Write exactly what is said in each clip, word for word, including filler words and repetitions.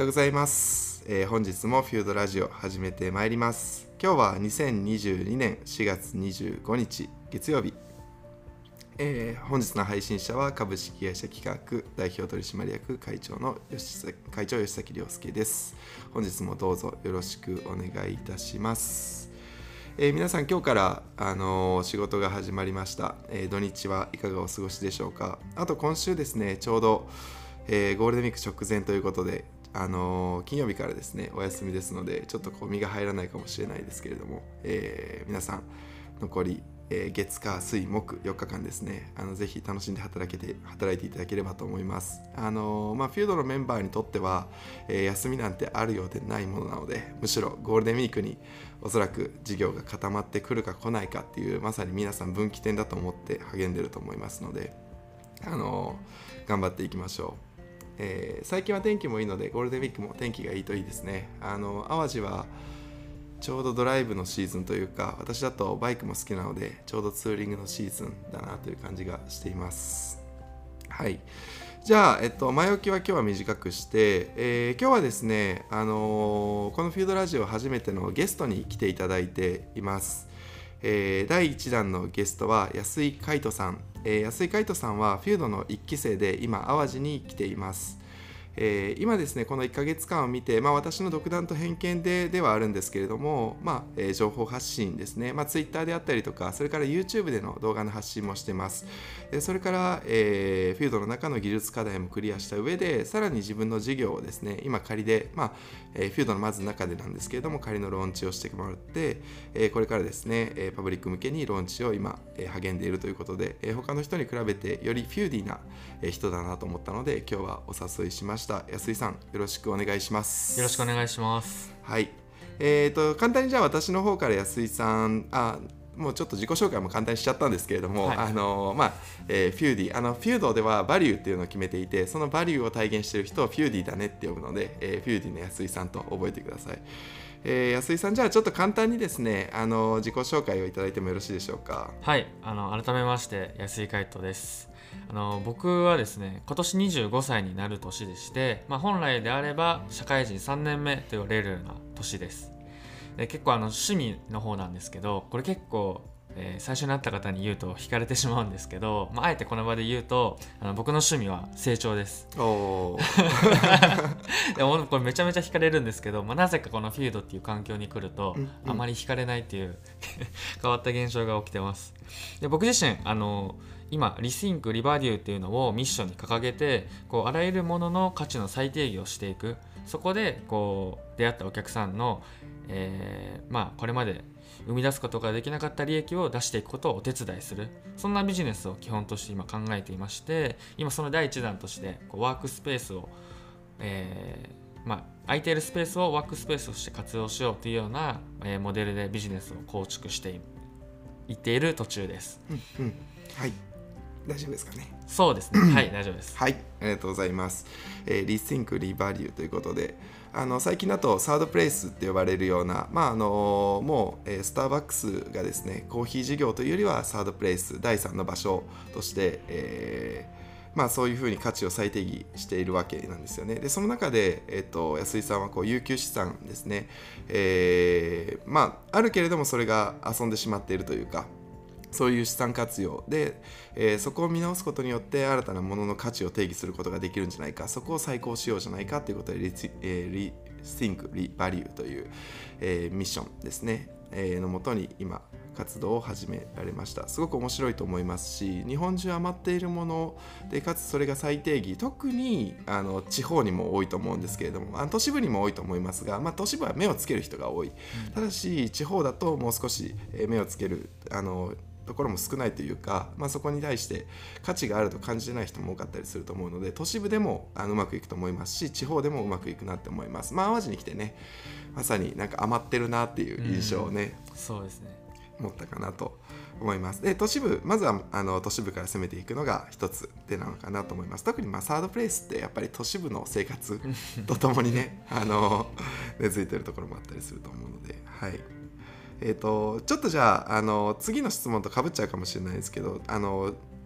ようございます、えー、本日もフュードラジオ始めてまいります。今日はにせんにじゅうにねんしがつにじゅうごにち月曜日、えー、本日の配信者は株式会社企画代表取締役会長の吉会長吉崎亮介です。本日もどうぞよろしくお願いいたします。えー、皆さん今日から、あのー、仕事が始まりました、えー、土日はいかがお過ごしでしょうか。あと今週ですね、ちょうど、えー、ゴールデンウィーク直前ということで、あのー、金曜日からですねお休みですので、ちょっとこう身が入らないかもしれないですけれども、えー、皆さん残り、えー、月火水木よっかかんですね、あのぜひ楽しんで働けて働いていただければと思います。あのーまあ、フィードのメンバーにとっては、えー、休みなんてあるようでないものなので、むしろゴールデンウィークにおそらく事業が固まってくるか来ないかっていう、まさに皆さん分岐点だと思って励んでると思いますので、あのー、頑張っていきましょう。えー、最近は天気もいいので、ゴールデンウィークも天気がいいといいですね。あの淡路はちょうどドライブのシーズンというか、私だとバイクも好きなのでちょうどツーリングのシーズンだなという感じがしています。はい、じゃあ、えっと、前置きは今日は短くして、えー、今日はですね、あのー、このフィードラジオ初めてのゲストに来ていただいています。えー、だいいちだんのゲストは安井海人さん、えー、安井海人さんはフィードのいっき生で今淡路に来ています。えー、今ですねこのいっかげつかんを見て、まあ、私の独断と偏見でではあるんですけれども、まあえー、情報発信ですね、まあ、Twitter であったりとか、それから YouTube での動画の発信もしてます。でそれから、えー、フィードの中の技術課題もクリアした上で、さらに自分の事業をですね今仮で、まあえー、フィードのまず中でなんですけれども仮のローンチをしてもらって、えー、これからですね、えー、パブリック向けにローンチを今、えー、励んでいるということで、えー、他の人に比べてよりフューディーな人だなと思ったので、今日はお誘いしました。安井さん、よろしくお願いします。 よろしくお願いします。 はい、えーと簡単にじゃあ私の方から安井さん、あもうちょっと自己紹介も簡単にしちゃったんですけれども、はい、あのまあえー、フューディーあのフュードではバリューっていうのを決めていて、そのバリューを体現している人をフューディーだねって呼ぶので、えー、フューディーの安井さんと覚えてください。えー、安井さん、じゃあちょっと簡単にですね、あの自己紹介をいただいてもよろしいでしょうか。 はい、あの改めまして安井海人です。あの僕はですね今年にじゅうごさいになる年でして、まあ、本来であれば社会人さんねんめと言われるような年です。で結構あの趣味の方なんですけど、これ結構、えー、最初に会った方に言うと惹かれてしまうんですけど、まあ、あえてこの場で言うと、あの僕の趣味は成長です。 おでもこれめちゃめちゃ惹かれるんですけど、まあ、なぜかこのフィードっていう環境に来ると、うんうん、あまり惹かれないっていう変わった現象が起きてます。で僕自身あの今リシンクリバデューっていうのをミッションに掲げて、こうあらゆるものの価値の再定義をしていく。そこでこう出会ったお客さんの、えー、まあこれまで生み出すことができなかった利益を出していくことをお手伝いする、そんなビジネスを基本として今考えていまして、今そのだいいちだんとしてこうワークスペースを、えーまあ、空いているスペースをワークスペースとして活用しようというような、えー、モデルでビジネスを構築していっている途中です。 うんうん、はい、大丈夫ですかね。 そうですねはい大丈夫です。 はい、ありがとうございます。えー、リシンクリバリューということで、あの最近だとサードプレイスって呼ばれるような、まああのもう、えー、スターバックスがですねコーヒー事業というよりはサードプレイスだいさんの場所として、えーまあ、そういうふうに価値を再定義しているわけなんですよね。でその中で、えー、と安井さんはこう有給資産ですね、えーまあ、あるけれどもそれが遊んでしまっているというか、そういう資産活用で、えー、そこを見直すことによって新たなものの価値を定義することができるんじゃないか、そこを再考しようじゃないかということでリ、えー、リシンクリバリューという、えー、ミッションですね、えー、のもとに今活動を始められました。すごく面白いと思いますし、日本中余っているもので、かつそれが再定義、特にあの地方にも多いと思うんですけれども、あの都市部にも多いと思いますが、まあ、都市部は目をつける人が多い、うん、ただし地方だともう少し目をつけるあのところも少ないというか、まあ、そこに対して価値があると感じてない人も多かったりすると思うので、都市部でもあのうまくいくと思いますし、地方でもうまくいくなって思います。まあ、淡路に来てね、まさになんか余ってるなっていう印象をね、 うん、そうですね、 持ったかなと思います。で都市部、まずはあの都市部から攻めていくのが一つ手なのかなと思います。特にまあサードプレイスってやっぱり都市部の生活とともにねあの根付いてるところもあったりすると思うので、はい。えーと、ちょっとじゃあ、あの次の質問とかぶっちゃうかもしれないですけど、あの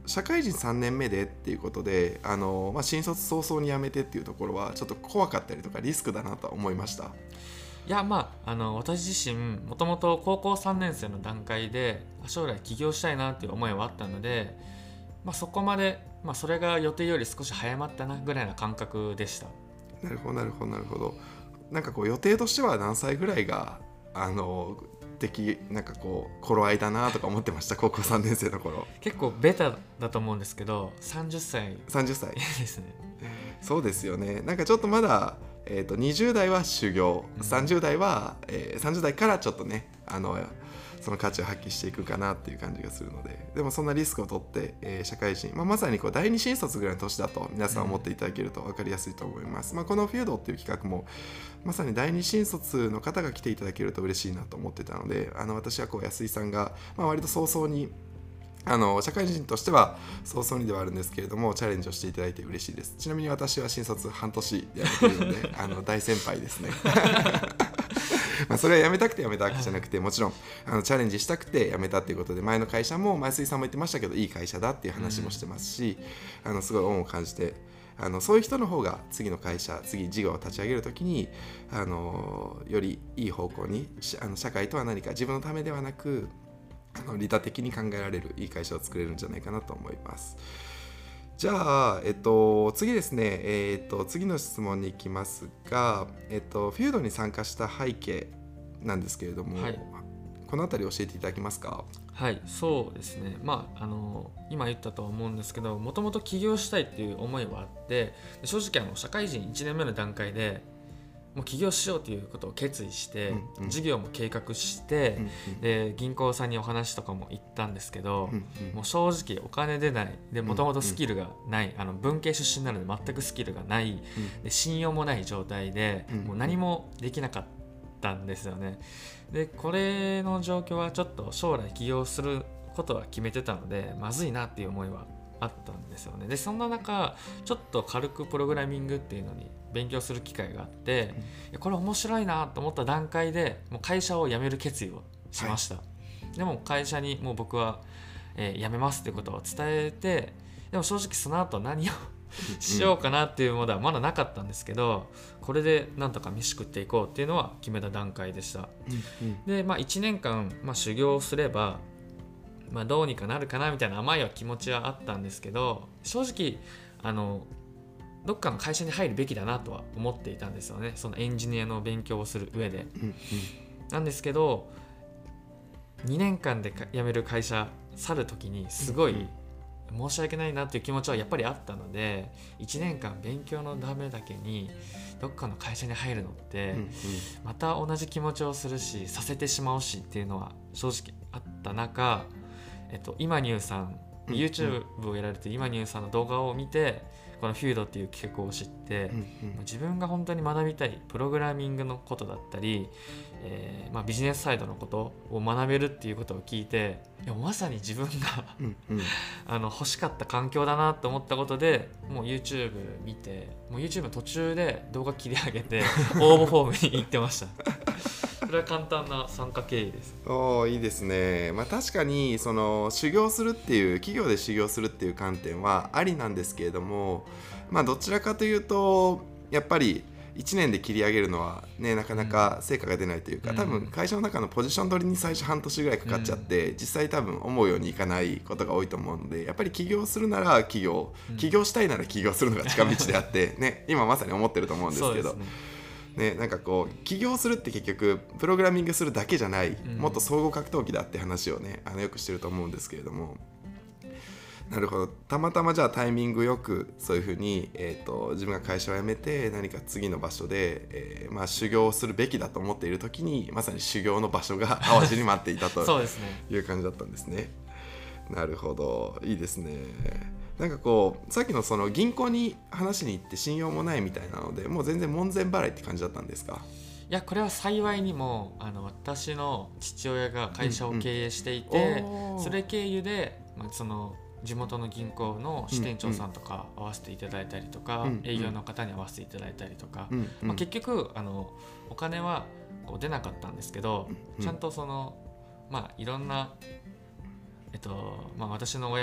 社会人さんねんめでっていうことであの、まあ、新卒早々に辞めてっていうところはちょっと怖かったりとかリスクだなと思いました？ いやまあ、あの私自身もともと高校さんねん生の段階で将来起業したいなっていう思いはあったので、まあ、そこまで、まあ、それが予定より少し早まったなぐらいな感覚でした。 なるほどなるほどなるほど。なんかこう予定としては何歳ぐらいがあの的なんかこう頃合いだなとか思ってました？高校さんねん生の頃。 結構ベタだと思うんですけどさんじゅっさいさんじゅっさいですね。 そうですよね。なんかちょっとまだ、えーと、にじゅう代は修行、さんじゅう代は、えー、さんじゅう代からちょっとねあのその価値を発揮していくかなっていう感じがするので、でもそんなリスクを取って、えー、社会人、まあ、まさにこう第二新卒ぐらいの年だと皆さん思っていただけると分かりやすいと思います、うんまあ、このフュードっていう企画もまさに第二新卒の方が来ていただけると嬉しいなと思ってたので、あの私はこう安井さんが、まあ、割と早々にあの社会人としては早々にではあるんですけれどもチャレンジをしていただいて嬉しいです。ちなみに私は新卒半年でやめているのであの大先輩ですねまあそれは辞めたくて辞めたわけじゃなくて、もちろんあのチャレンジしたくて辞めたっていうことで、前の会社も前水さんも言ってましたけどいい会社だっていう話もしてますし、うん、あのすごい恩を感じて、あのそういう人の方が次の会社次事業を立ち上げるときにあのよりいい方向にあの社会とは何か自分のためではなくあの利他的に考えられるいい会社を作れるんじゃないかなと思います。じゃあ、えっと、次ですね、えっと、次の質問に行きますが、えっと、フュードに参加した背景なんですけれども、はい、このあたり教えていただけますか？ はい、そうですね、まあ、あの今言ったとは思うんですけど、もともと起業したいっていう思いはあって、正直あの社会人いちねんめの段階でもう起業しようということを決意して、うんうん、事業も計画して、うんうん、で銀行さんにお話とかも行ったんですけど、うんうん、もう正直お金出ないで、もともとスキルがない、うんうん、あの文系出身なので全くスキルがない、うん、で信用もない状態で、うんうん、もう何もできなかったんですよね。でこれの状況はちょっと将来起業することは決めてたのでまずいなっていう思いはあったんですよね。でそんな中ちょっと軽くプログラミングっていうのに勉強する機会があって、うん、これ面白いなと思った段階でもう会社を辞める決意をしました、はい、でも会社にもう僕は、えー、辞めますっていうことを伝えて、でも正直その後何をしようかなっていうものはまだなかったんですけど、これでなんとか飯食っていこうっていうのは決めた段階でした、うんうん、で、まあ、いちねんかん、まあ、修行すればまあ、どうにかなるかなみたいな甘い気持ちはあったんですけど、正直あのどっかの会社に入るべきだなとは思っていたんですよね、そのエンジニアの勉強をする上で、うんうん、なんですけどにねんかんで辞める会社去る時にすごい申し訳ないなっていう気持ちはやっぱりあったので、いちねんかん勉強のためだけにどっかの会社に入るのってまた同じ気持ちをするしさせてしまうしっていうのは正直あった中、えっと、今ニューさん YouTube をやられて今ニューさんの動画を見てこのフュードっていう企画を知って、うんうん、自分が本当に学びたいプログラミングのことだったり、えーまあ、ビジネスサイドのことを学べるっていうことを聞いて、いやまさに自分がうん、うん、あの欲しかった環境だなと思ったことでもう YouTube 見て、もう YouTube の途中で動画切り上げて応募フォームに行ってましたそれは簡単な参加経緯です。 おいいですね、まあ、確かにその修行するっていう企業で修行するっていう観点はありなんですけれども、まあ、どちらかというとやっぱりいちねんで切り上げるのは、ね、なかなか成果が出ないというか、うん、多分会社の中のポジション取りに最初半年ぐらいかかっちゃって、うん、実際多分思うようにいかないことが多いと思うので、やっぱり起業するなら起業、うん、起業したいなら起業するのが近道であって、ね、今まさに思ってると思うんですけどね、なんかこう起業するって結局プログラミングするだけじゃない、うん、もっと総合格闘技だって話をねあのよくしてると思うんですけれども、なるほど、たまたまじゃあタイミングよくそういうふうに、えーと、自分が会社を辞めて何か次の場所で、えーまあ、修行をするべきだと思っている時にまさに修行の場所が淡路に待っていたとそうですね、 いう感じだったんですね。なるほど、いいですね。なんかこうさっきのその銀行に話しに行って信用もないみたいなのでもう全然門前払いって感じだったんですか？ いやこれは幸いにもあの私の父親が会社を経営していて、うんうん、それ経由で、まあ、その地元の銀行の支店長さんとか会わせていただいたりとか、うんうん、営業の方に会わせていただいたりとか、うんうんまあ、結局あのお金はこう出なかったんですけど、うん、ちゃんとその、まあ、いろんな、えっとまあ、私の親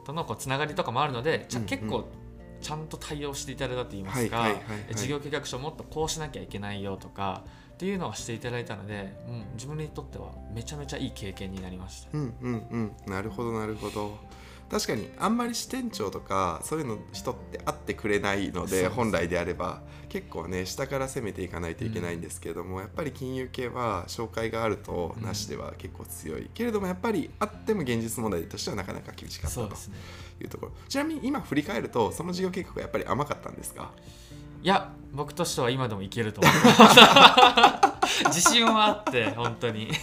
とのこうつながりとかもあるので、じゃうんうん結構ちゃんと対応していただいたと言いますか、 はいはいはいはい事業計画書もっとこうしなきゃいけないよとかっていうのはしていただいたので、うん、自分にとってはめちゃめちゃいい経験になりました。 うんうんうん、なるほどなるほど。確かにあんまり支店長とかそういうの人って会ってくれないので、本来であれば結構ね下から攻めていかないといけないんですけれども、うん、やっぱり金融系は紹介があるとなしでは結構強い、うん、けれどもやっぱりあっても現実問題としてはなかなか厳しかったというところ、ね、ちなみに今振り返るとその事業計画はやっぱり甘かったんですか？ いや僕としては今でもいけると思います自信はあって本当に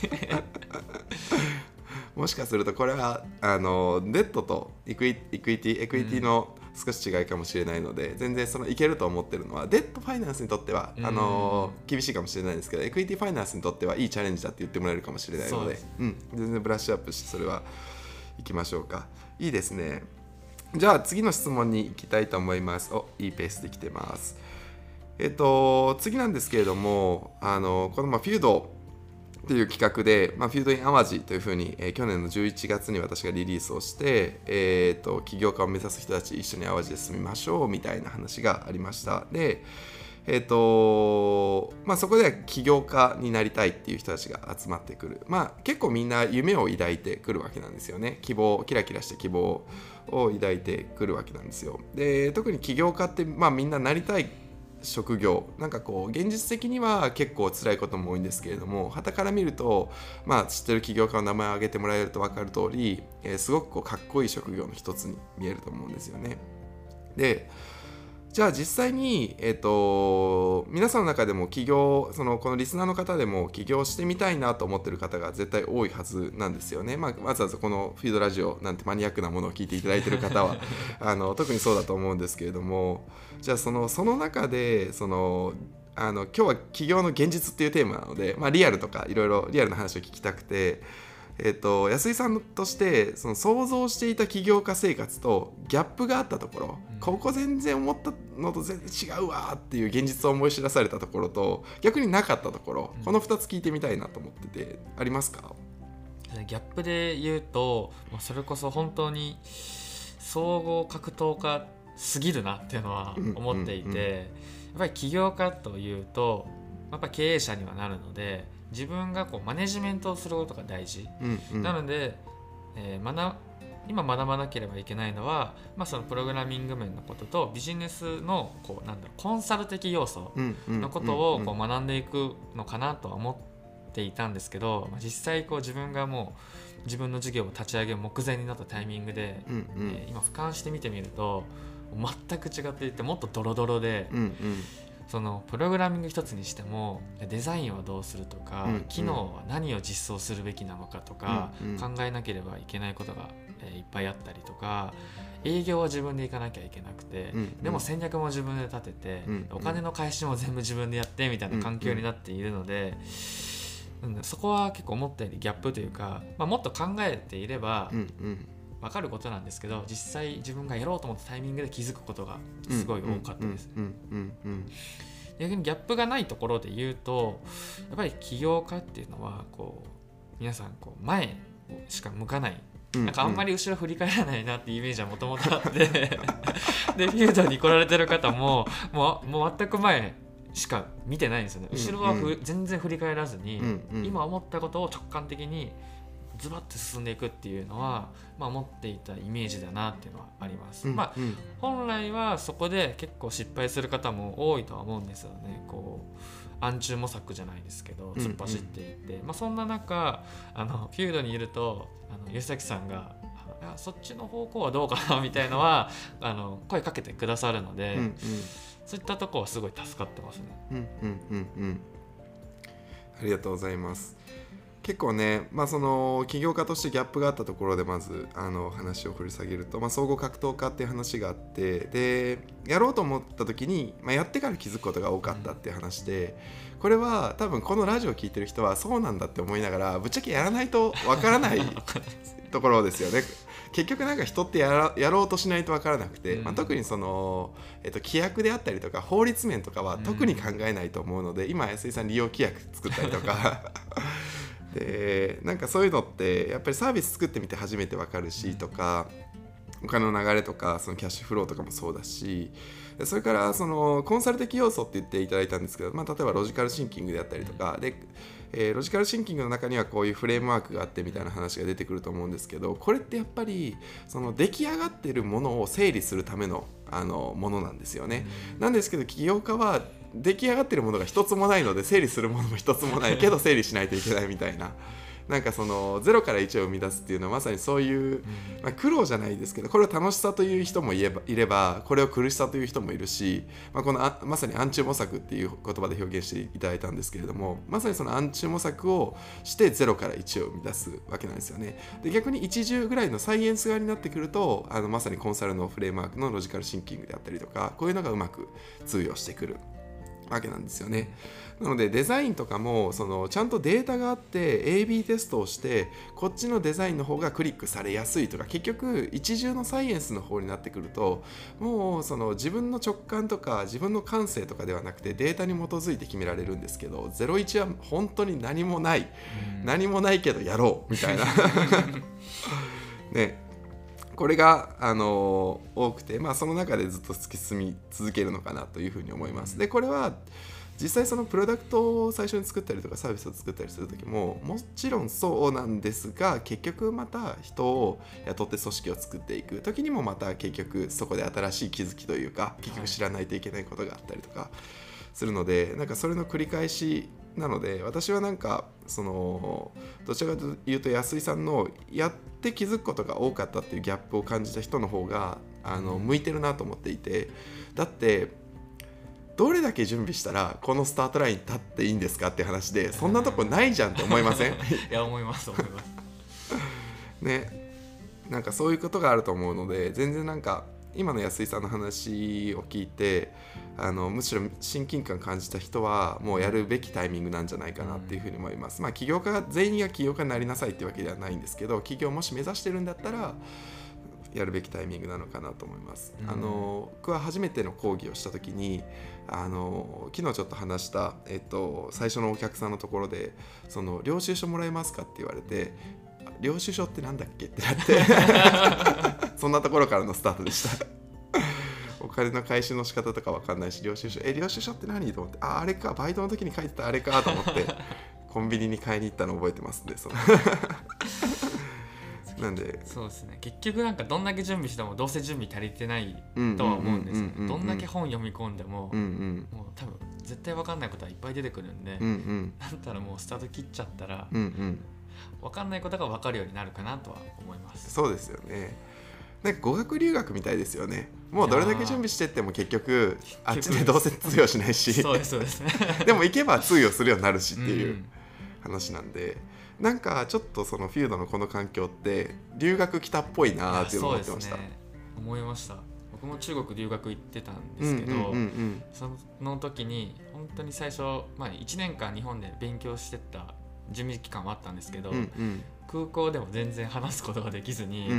もしかするとこれはあのデッドとイクイ、イクイティエクイティの少し違いかもしれないので、うん、全然そのいけると思ってるのはデッドファイナンスにとっては、うん、あの厳しいかもしれないんですけど、エクイティファイナンスにとってはいいチャレンジだって言ってもらえるかもしれないので、うん、全然ブラッシュアップしてそれはいきましょうか。いいですね。じゃあ次の質問に行きたいと思います。お、いいペースで来てます。えっと次なんですけれども、あのこのまあフィードという企画で、まあ、フィールドイン淡路というふうに、えー、去年のじゅういちがつに私がリリースをして、えー、と起業家を目指す人たち一緒に淡路で住みましょうみたいな話がありました。で、えーとまあ、そこでは起業家になりたいっていう人たちが集まってくる、まあ、結構みんな夢を抱いてくるわけなんですよね。希望、キラキラした希望を抱いてくるわけなんですよ。で、特に起業家って、まあ、みんななりたい職業なんかこう現実的には結構辛いことも多いんですけれども、傍から見ると、まあ、知ってる起業家の名前を挙げてもらえると分かる通り、えー、すごくこうかっこいい職業の一つに見えると思うんですよね。で、じゃあ実際に、えーと、皆さんの中でも起業、そのこのリスナーの方でも起業してみたいなと思ってる方が絶対多いはずなんですよね。まあ、わざわざこのフィードラジオなんてマニアックなものを聞いていただいている方はあの特にそうだと思うんですけれども、じゃあそのその中でそのあの今日は起業の現実っていうテーマなので、まあ、リアルとかいろいろリアルな話を聞きたくて、えーと、安井さんとしてその想像していた起業家生活とギャップがあったところ、うん、ここ全然思ったのと全然違うわっていう現実を思い知らされたところと逆になかったところ、うん、このふたつ聞いてみたいなと思ってて、ありますか？ ギャップで言うとそれこそ本当に総合格闘家すぎるなっていうのは思っていて、うんうんうん、やっぱり起業家というとやっぱ経営者にはなるので自分がこうマネジメントをすることが大事、うんうん、なので、えー、学今学ばなければいけないのは、まあ、そのプログラミング面のこととビジネスのこうなんだろうコンサル的要素のことをこう学んでいくのかなとは思っていたんですけど、実際こう自分がもう自分の事業を立ち上げ目前になったタイミングで、うんうんえー、今俯瞰して見てみると全く違っていてもっとドロドロで、うんうんそのプログラミング一つにしてもデザインはどうするとか、うんうん、機能は何を実装するべきなのかとか、うんうん、考えなければいけないことが、えー、いっぱいあったりとか、営業は自分で行かなきゃいけなくて、うんうん、でも戦略も自分で立てて、うんうん、お金の返しも全部自分でやってみたいな環境になっているので、うんうん、そこは結構思ったよりギャップというか、まあ、もっと考えていれば、うんうん分かることなんですけど、実際自分がやろうと思ったタイミングで気づくことがすごい多かったです。逆にギャップがないところで言うと、やっぱり起業家っていうのはこう皆さんこう前しか向かない、うんうん、なんかあんまり後ろ振り返らないなっていうイメージはもともとあってでフィールドに来られてる方ももう、もう全く前しか見てないんですよね。後ろはふ、うんうん、全然振り返らずに、うんうん、今思ったことを直感的にズバッて進んでいくっていうのは、まあ、持っていたイメージだなっていうのはあります、うんまあうん、本来はそこで結構失敗する方も多いとは思うんですよね。こう暗中模索じゃないですけど突っ走っていって、うんうんまあ、そんな中あのフィールドにいるとあの吉崎さんがそっちの方向はどうかなみたいなのはあの声かけてくださるので、うんうん、そういったところはすごい助かってますね、うんうんうんうん、 ありがとうございます。結構ね、まあ、その起業家としてギャップがあったところでまずあの話を掘り下げると、まあ、総合格闘家っていう話があって、でやろうと思った時に、まあ、やってから気づくことが多かったっていう話で、これは多分このラジオを聞いてる人はそうなんだって思いながらぶっちゃけやらないとわからないところですよね。結局なんか人ってや ら, やろうとしないと分からなくて、うんまあ、特にその、えっと、規約であったりとか法律面とかは特に考えないと思うので、うん、今安井さん利用規約作ったりとかでなんかそういうのってやっぱりサービス作ってみて初めて分かるしとか、 お金の流れとかそのキャッシュフローとかもそうだし、それからそのコンサル的要素って言っていただいたんですけど、まあ、例えばロジカルシンキングであったりとかで、えー、ロジカルシンキングの中にはこういうフレームワークがあってみたいな話が出てくると思うんですけど、これってやっぱりその出来上がっているものを整理するためのあのものなんですよね。なんですけど起業家は出来上がっているものが一つもないので整理するものも一つもないけど整理しないといけないみたいななんかそのゼロからいちを生み出すっていうのはまさにそういう、まあ、苦労じゃないですけど、これを楽しさという人もいれば、いればこれを苦しさという人もいるし、まあ、このあまさに暗中模索っていう言葉で表現していただいたんですけれども、まさにその暗中模索をしてゼロからいちを生み出すわけなんですよね。で逆に一重ぐらいのサイエンス側になってくると、あのまさにコンサルのフレームワークのロジカルシンキングであったりとか、こういうのがうまく通用してくるわけなんですよね。なのでデザインとかもそのちゃんとデータがあって エービー テストをしてこっちのデザインの方がクリックされやすいとか、結局一重のサイエンスの方になってくると、もうその自分の直感とか自分の感性とかではなくてデータに基づいて決められるんですけど、ゼロイチは本当に何もない、うん、何もないけどやろうみたいなね、これが、あのー、多くて、まあ、その中でずっと突き進み続けるのかなというふうに思います。でこれは実際そのプロダクトを最初に作ったりとかサービスを作ったりする時ももちろんそうなんですが、結局また人を雇って組織を作っていく時にもまた結局そこで新しい気づきというか、結局知らないといけないことがあったりとかするので、なんかそれの繰り返しなので、私はなんかそのどちらかというと安井さんのやって気づくことが多かったっていうギャップを感じた人の方があの向いてるなと思っていて、だってどれだけ準備したらこのスタートラインに立っていいんですかって話で、そんなとこないじゃんって思いません？いや思います思いますね、なんかそういうことがあると思うので、全然なんか今の安井さんの話を聞いてあのむしろ親近感感じた人はもうやるべきタイミングなんじゃないかなっていうふうに思います。まあ起業家が全員が起業家になりなさいっていうわけではないんですけど、起業もし目指してるんだったらやるべきタイミングなのかなと思います。うん、あの僕は初めての講義をした時にあの昨日ちょっと話した、えっと、最初のお客さんのところでその領収書もらえますかって言われて、領収書ってなんだっけってなってそんなところからのスタートでしたお金の回収の仕方とか分かんないし、領収書え領収書って何と思って、ああれかバイトの時に書いてたあれかと思ってコンビニに買いに行ったの覚えてますんで、そのなんでそうですね、結局なんかどんだけ準備してもどうせ準備足りてないとは思うんですけど、どんだけ本読み込んでも、うんうん、もう多分絶対分かんないことはいっぱい出てくるんで、うんうん、だったらもうスタート切っちゃったら、うんうん、分かんないことが分かるようになるかなとは思います。 そうですよね。なんか語学留学みたいですよね。もうどれだけ準備してっても結局あっちでどうせ通用しないしそうですそうですねでも行けば通用するようになるしっていう話なんで、うん、なんかちょっとそのフィールドのこの環境って留学来たっぽいなっていうのを思ってました。 そうですね、思いました。僕も中国留学行ってたんですけど、うんうんうんうん、その時に本当に最初、まあ、いちねんかん日本で勉強してた準備期間はあったんですけど、うんうん、空港でも全然話すことができずに、うんうん、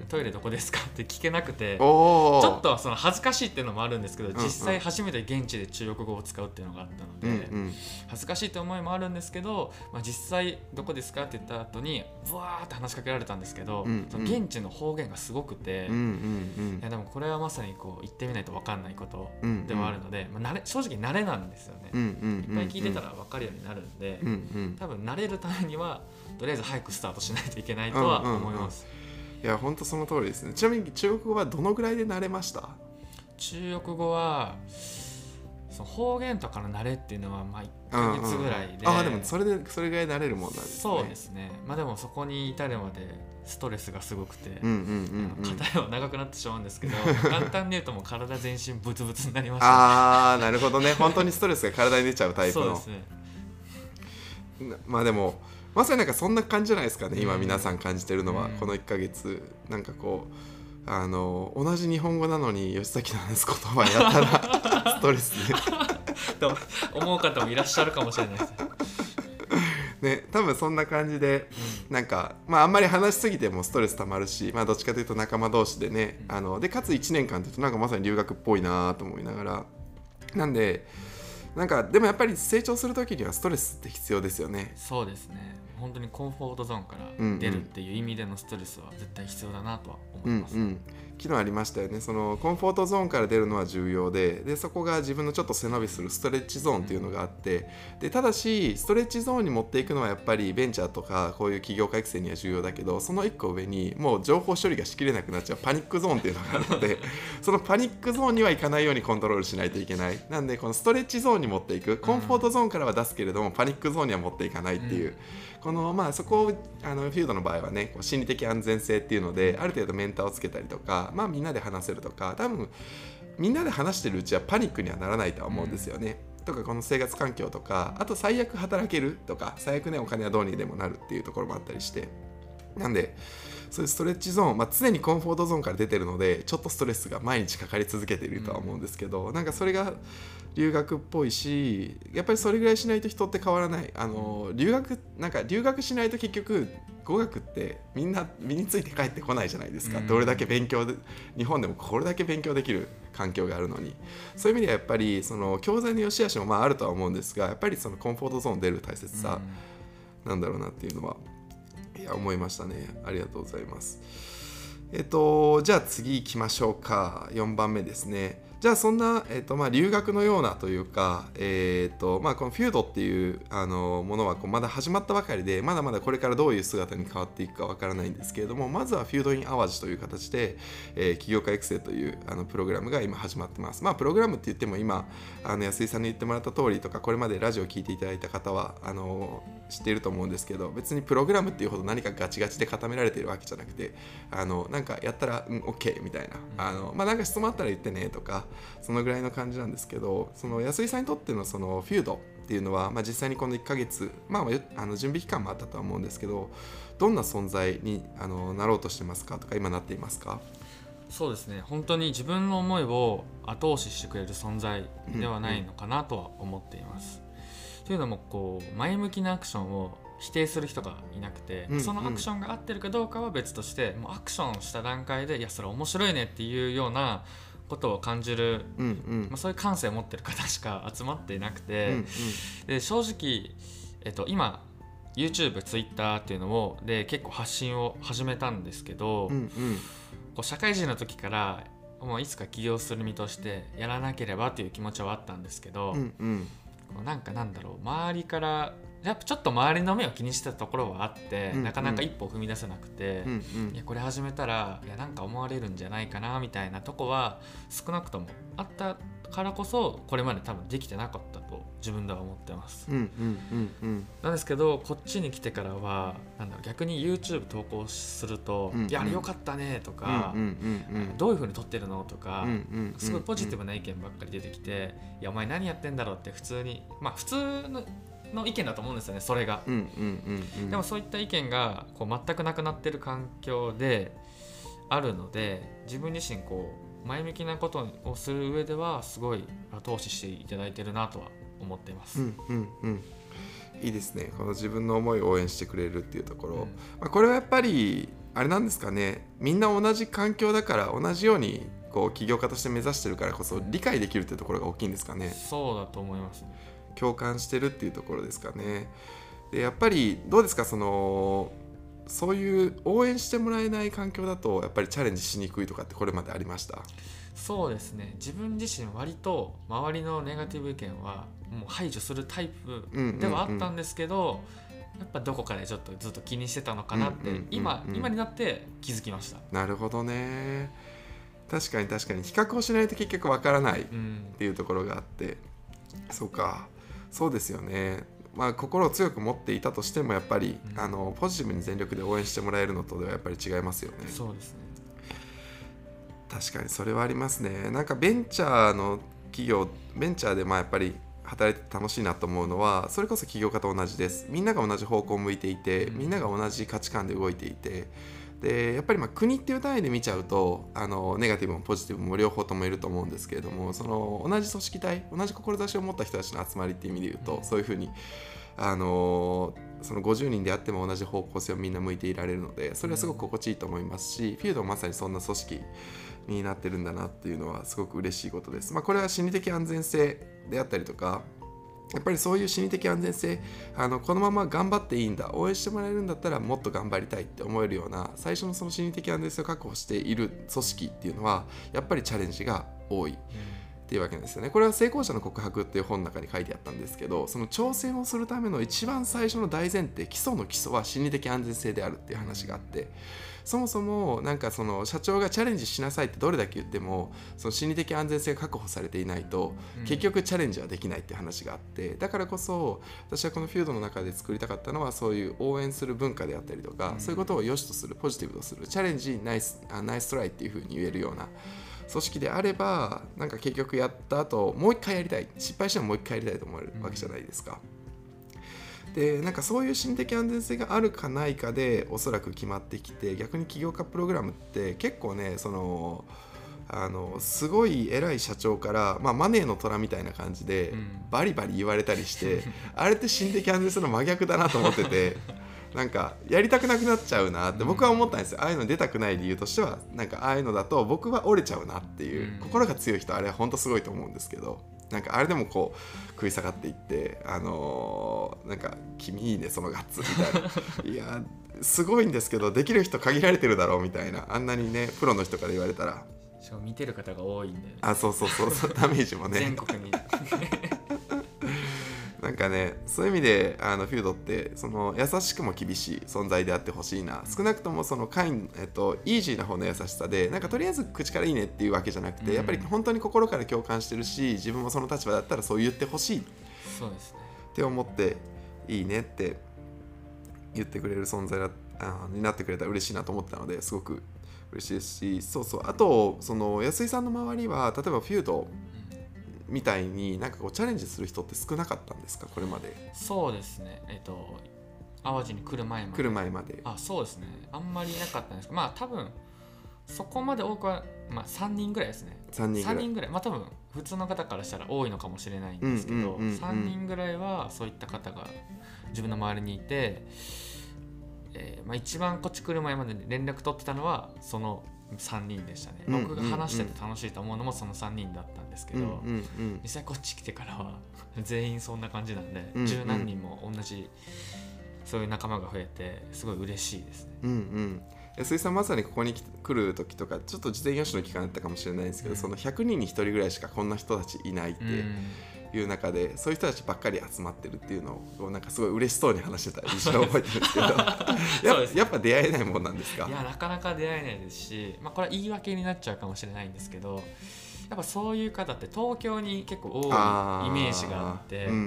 トイレどこですかって聞けなくて、ちょっとその恥ずかしいっていうのもあるんですけど、実際初めて現地で中国語を使うっていうのがあったので、うんうん、恥ずかしいって思いもあるんですけど、まあ、実際どこですかって言った後にブワーって話しかけられたんですけど、うんうん、その現地の方言がすごくて、うんうんうん、いやでもこれはまさにこう行ってみないと分かんないことでもあるので、うんうんまあ、慣れ正直慣れなんですよね、うんうんうんうん、いっぱい聞いてたら分かるようになるんで、うんうん、多分慣れるためにはとりあえず早くスタートしないといけないとは思います、 うんうんうん、いや本当その通りですね。ちなみに中国語はどのぐらいで慣れました？ 中国語はその方言とかの慣れっていうのはまあいっかげつぐらいで、うんうん、 あでもそれでそれぐらい慣れるもんなんですね。 そうですね。まあでもそこに至るまでストレスがすごくて、うんうんうんうん、語りは長くなってしまうんですけど簡単に言うともう体全身ブツブツになりました、ね、 ああなるほどね。本当にストレスが体に出ちゃうタイプの。 そうですね。 まあでもまさになんかそんな感じじゃないですかね、今皆さん感じてるのは、うん、このいっかげつなんかこうあの同じ日本語なのに吉崎の話す言葉やったらストレスでと思う方もいらっしゃるかもしれないですね。多分そんな感じで、うん、なんかまああんまり話しすぎてもストレスたまるし、まあどっちかというと仲間同士でね、あのでかついちねんかんというとなんかまさに留学っぽいなと思いながら、なんでなんかでもやっぱり成長するときにはストレスって必要ですよね。 そうですね。本当にコンフォートゾーンから出るっていう意味でのストレスは絶対必要だなとは思います、うんうん、 昨日ありましたよね。そのコンフォートゾーンから出るのは重要で、でそこが自分のちょっと背伸びするストレッチゾーンっていうのがあって、でただしストレッチゾーンに持っていくのはやっぱりベンチャーとかこういう起業家育成には重要だけど、そのいっこ上にもう情報処理がしきれなくなっちゃうパニックゾーンっていうのがあるのでそのパニックゾーンにはいかないようにコントロールしないといけない。なんでこのストレッチゾーンに持っていく、コンフォートゾーンからは出すけれどもパニックゾーンには持っていかないっていう、うん、このまあそこをあのフィードの場合はね、こう心理的安全性っていうのである程度メンターをつけたりとか、まあみんなで話せるとか、多分みんなで話してるうちはパニックにはならないとは思うんですよね、うん、とかこの生活環境とか、あと最悪働けるとか、最悪ねお金はどうにでもなるっていうところもあったりして、なんでそういうストレッチゾーン、まあ、常にコンフォートゾーンから出てるのでちょっとストレスが毎日かかり続けているとは思うんですけど、うん、なんかそれが留学っぽいし、やっぱりそれぐらいしないと人って変わらない。あの留学なんか留学しないと結局語学ってみんな身について帰ってこないじゃないですか、うん、どれだけ勉強で、日本でもこれだけ勉強できる環境があるのに、そういう意味ではやっぱりその教材の良し悪しもまああるとは思うんですが、やっぱりそのコンフォートゾーン出る大切さなんだろうなっていうのはいや思いましたね。ありがとうございます。えっとじゃあ次行きましょうか。よんばんめですね。じゃあそんな、えっとまあ、留学のようなというか、えっとまあ、このフュードっていうあのものはこうまだ始まったばかりで、まだまだこれからどういう姿に変わっていくかわからないんですけれども、まずはフュードインアワージという形で、えー、起業家育成というあのプログラムが今始まってます。まあプログラムって言っても今あの安井さんに言ってもらった通りとか、これまでラジオを聞いていただいた方はあの知っていると思うんですけど、別にプログラムっていうほど何かガチガチで固められているわけじゃなくて、あのなんかやったらうん OK みたいな、あのまあなんか質問あったら言ってねとか、そのぐらいの感じなんですけど、その安井さんにとってのそのフィードっていうのは、まあ、実際にこのいっかげつ、まあ、あの準備期間もあったとは思うんですけど、どんな存在にあのなろうとしてますかとか、今なっていますか？ そうですね、本当に自分の思いを後押ししてくれる存在ではないのかなとは思っています、うんうん、というのもこう前向きなアクションを否定する人がいなくて、うんうん、そのアクションが合ってるかどうかは別として、もうアクションした段階でいやそれ面白いねっていうようなことを感じる、うんうんまあ、そういう感性を持ってる方しか集まっていなくて、うんうん、で正直、えっと、今 YouTube、Twitter っていうのをで結構発信を始めたんですけど、うんうん、こう社会人の時からもういつか起業する身としてやらなければという気持ちはあったんですけど、うんうん、こうなんかなんだろう、周りからやっぱちょっと周りの目を気にしてたところはあって、うんうん、なかなか一歩踏み出せなくて、うんうん、いやこれ始めたらいやなんか思われるんじゃないかなみたいなとこは少なくともあったからこそ、これまで多分できてなかったと自分では思ってます、うんうんうんうん、なんですけどこっちに来てからはなんだろう、逆に YouTube 投稿すると、うんうん、いやあれよかったねとか、うんうんうんうん、どういう風に撮ってるのとか、うんうんうんうん、すごいポジティブな意見ばっかり出てきて、いやお前何やってんだろうって普通に、まあ普通のの意見だと思うんですよね、それが、うんうんうんうん、でもそういった意見がこう全くなくなってる環境であるので、自分自身こう前向きなことをする上ではすごい後押ししていただいてるなとは思っています、うんうんうん、 いいですね。この自分の思いを応援してくれるっていうところ、うんまあ、これはやっぱりあれなんですかね、みんな同じ環境だから同じようにこう起業家として目指してるからこそ理解できるっていうところが大きいんですかね。 そうだと思いますね。 共感してるっていうところですかね。でやっぱりどうですか、そのそういう応援してもらえない環境だとやっぱりチャレンジしにくいとかってこれまでありました？ そうですね、自分自身割と周りのネガティブ意見はもう排除するタイプではあったんですけど、うんうんうん、やっぱどこかでちょっとずっと気にしてたのかなって、うんうんうんうん、今、今になって気づきました。 なるほどね。確かに確かに比較をしないと結局わからないっていうところがあって、うん、そうか、そうですよね。まあ、心を強く持っていたとしてもやっぱり、うん、あのポジティブに全力で応援してもらえるのとではやっぱり違いますよね。 そうですね。 確かにそれはありますね。なんかベンチャーの企業、ベンチャーでまあやっぱり働いて楽しいなと思うのは、それこそ起業家と同じです。みんなが同じ方向を向いていて、みんなが同じ価値観で動いていて、でやっぱりまあ国っていう単位で見ちゃうとあのネガティブもポジティブも両方ともいると思うんですけれども、その同じ組織体、同じ志を持った人たちの集まりっていう意味で言うと、そういうふうにあのそのごじゅうにんであっても同じ方向性をみんな向いていられるので、それはすごく心地いいと思いますし、フィードはまさにそんな組織になってるんだなっていうのはすごく嬉しいことです。まあ、これは心理的安全性であったりとか、 やっぱりそういう心理的安全性、あのこのまま頑張っていいんだ、応援してもらえるんだったらもっと頑張りたいって思えるような最初のその心理的安全性を確保している組織っていうのはやっぱりチャレンジが多いっていうわけなんですよね。これは成功者の告白っていう本の中に書いてあったんですけど、その挑戦をするための一番最初の大前提、基礎の基礎は心理的安全性であるっていう話があって、そもそもなんかその社長がチャレンジしなさいってどれだけ言ってもその心理的安全性が確保されていないと結局チャレンジはできないっていう話があって、だからこそ私はこのフュードの中で作りたかったのはそういう応援する文化であったりとか、そういうことを良しとする、ポジティブとする、チャレンジナイスあナイストライっていう風に言えるような組織であれば、なんか結局やった後もう一回やりたい、失敗してももう一回やりたいと思えるわけじゃないですか。でなんかそういう心理的安全性があるかないかでおそらく決まってきて、逆に起業家プログラムって結構ね、そのあのすごい偉い社長から、まあ、マネーの虎みたいな感じでバリバリ言われたりして、うん、あれって心理的安全性の真逆だなと思っててなんかやりたくなくなっちゃうなって僕は思ったんですよ。ああいうの出たくない理由としては、なんかああいうのだと僕は折れちゃうなっていう、うん、心が強い人あれは本当すごいと思うんですけど、なんかあれでもこう食い下がっていって、あのー、なんか君いいねそのガッツみたいないやすごいんですけどできる人限られてるだろうみたいな、あんなにねプロの人から言われたら、 しかも見てる方が多いんで、ね、 あそうそうそうそうダメージもね全国になんかね、そういう意味であのフュードってその優しくも厳しい存在であってほしいな。少なくともそのカイン、えっと、イージーな方の優しさで、なんかとりあえず口からいいねっていうわけじゃなくて、うん、やっぱり本当に心から共感してるし、自分もその立場だったらそう言ってほしいそうですねって思っていいねって言ってくれる存在だあになってくれたら嬉しいなと思ってたので、すごく嬉しいですし、そうそう、あとその安井さんの周りは例えばフュードみたいになんかこうチャレンジする人って少なかったんですか、これまで。 そうですね、えっと淡路に来る前まで来る前まであそうですね、あんまりなかったんですけど、まあ多分そこまで多くは、まあ、さんにんぐらいですね。 さんにんぐらい、 さんにんぐらい、まあ多分普通の方からしたら多いのかもしれないんですけど、うんうんうんうん、さんにんぐらいはそういった方が自分の周りにいて、えーまあ、一番こっち来る前まで連絡取ってたのはそのさんにんでしたね、うんうんうん、僕が話してて楽しいと思うのもそのさんにんだったんですけど、うんうんうん、実際こっち来てからは全員そんな感じなんで、うんうん、十何人も同じそういう仲間が増えてすごい嬉しいですね。 うんうん、安井さんまさにここに来る時とかちょっと事前予習の期間だったかもしれないんですけど、うん、そのひゃくにんにひとりぐらいしかこんな人たちいないっていう中で、うん、そういう人たちばっかり集まってるっていうのをなんかすごい嬉しそうに話してた印象を覚えてるんですけどや, やっぱ出会えないもんなんですか。 いやなかなか出会えないですし、まあ、これは言い訳になっちゃうかもしれないんですけど、やっぱそういう方って東京に結構多いイメージがあって、うんうん、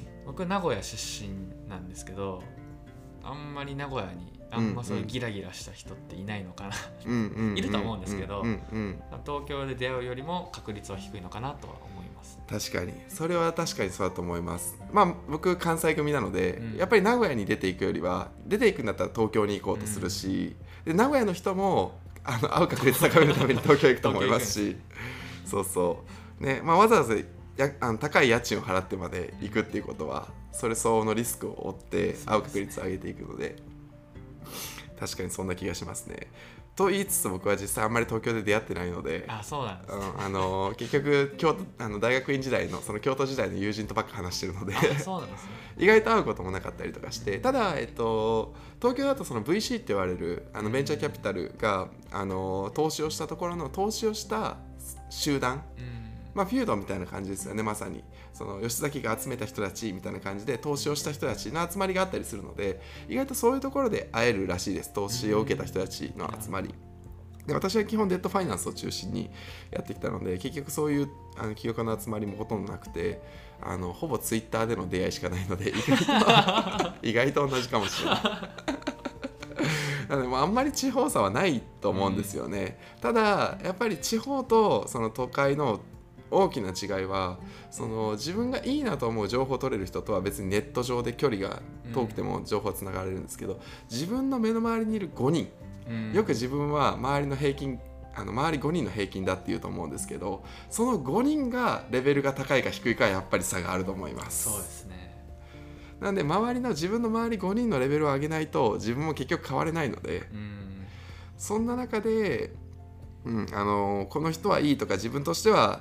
僕名古屋出身なんですけど、あんまり名古屋にあんまそういうギラギラした人っていないのかな、うんうん、いると思うんですけど、うんうん、東京で出会うよりも確率は低いのかなとは思います。 確かにそれは確かにそうだと思います。まあ僕関西組なので、うん、やっぱり名古屋に出ていくよりは出ていくんだったら東京に行こうとするし、うん、で名古屋の人もあの会う確率高めるために東京行くと思いますしそうそうね、まあ、わざわざやあの高い家賃を払ってまで行くっていうことはそれ相応のリスクを負って会う確率を上げていくので、確かにそんな気がしますね。と言いつつ僕は実際あんまり東京で出会ってないので、 あそうなんです、ね、 うん、あの結局京都あの大学院時代のその京都時代の友人とばっか話してるのでそうなんですね、 意外と会うこともなかったりとかして、ただ、えっと、東京だとその ブイシー って言われるあのベンチャーキャピタルが、うん、あの投資をしたところの投資をした集団、うんまあ、フュードみたいな感じですよね。まさにその吉崎が集めた人たちみたいな感じで投資をした人たちの集まりがあったりするので、意外とそういうところで会えるらしいです。投資を受けた人たちの集まりで、私は基本デッドファイナンスを中心にやってきたので、結局そういうあの起業家の集まりもほとんどなくて、あのほぼツイッターでの出会いしかないので、意外と意外と同じかもしれないなのでもあんまり地方差はないと思うんですよね、うん、ただやっぱり地方とその都会の大きな違いは、その自分がいいなと思う情報を取れる人とは別にネット上で距離が遠くても情報はつながれるんですけど、自分の目の周りにいるごにん、うん、よく自分は周りの平均あの周りごにんの平均だって言うと思うんですけど、そのごにんがレベルが高いか低いかはやっぱり差があると思います。 そうですね。 なんで周りの自分の周りごにんのレベルを上げないと自分も結局変われないので、うん、そんな中で、うん、あのこの人はいいとか自分としては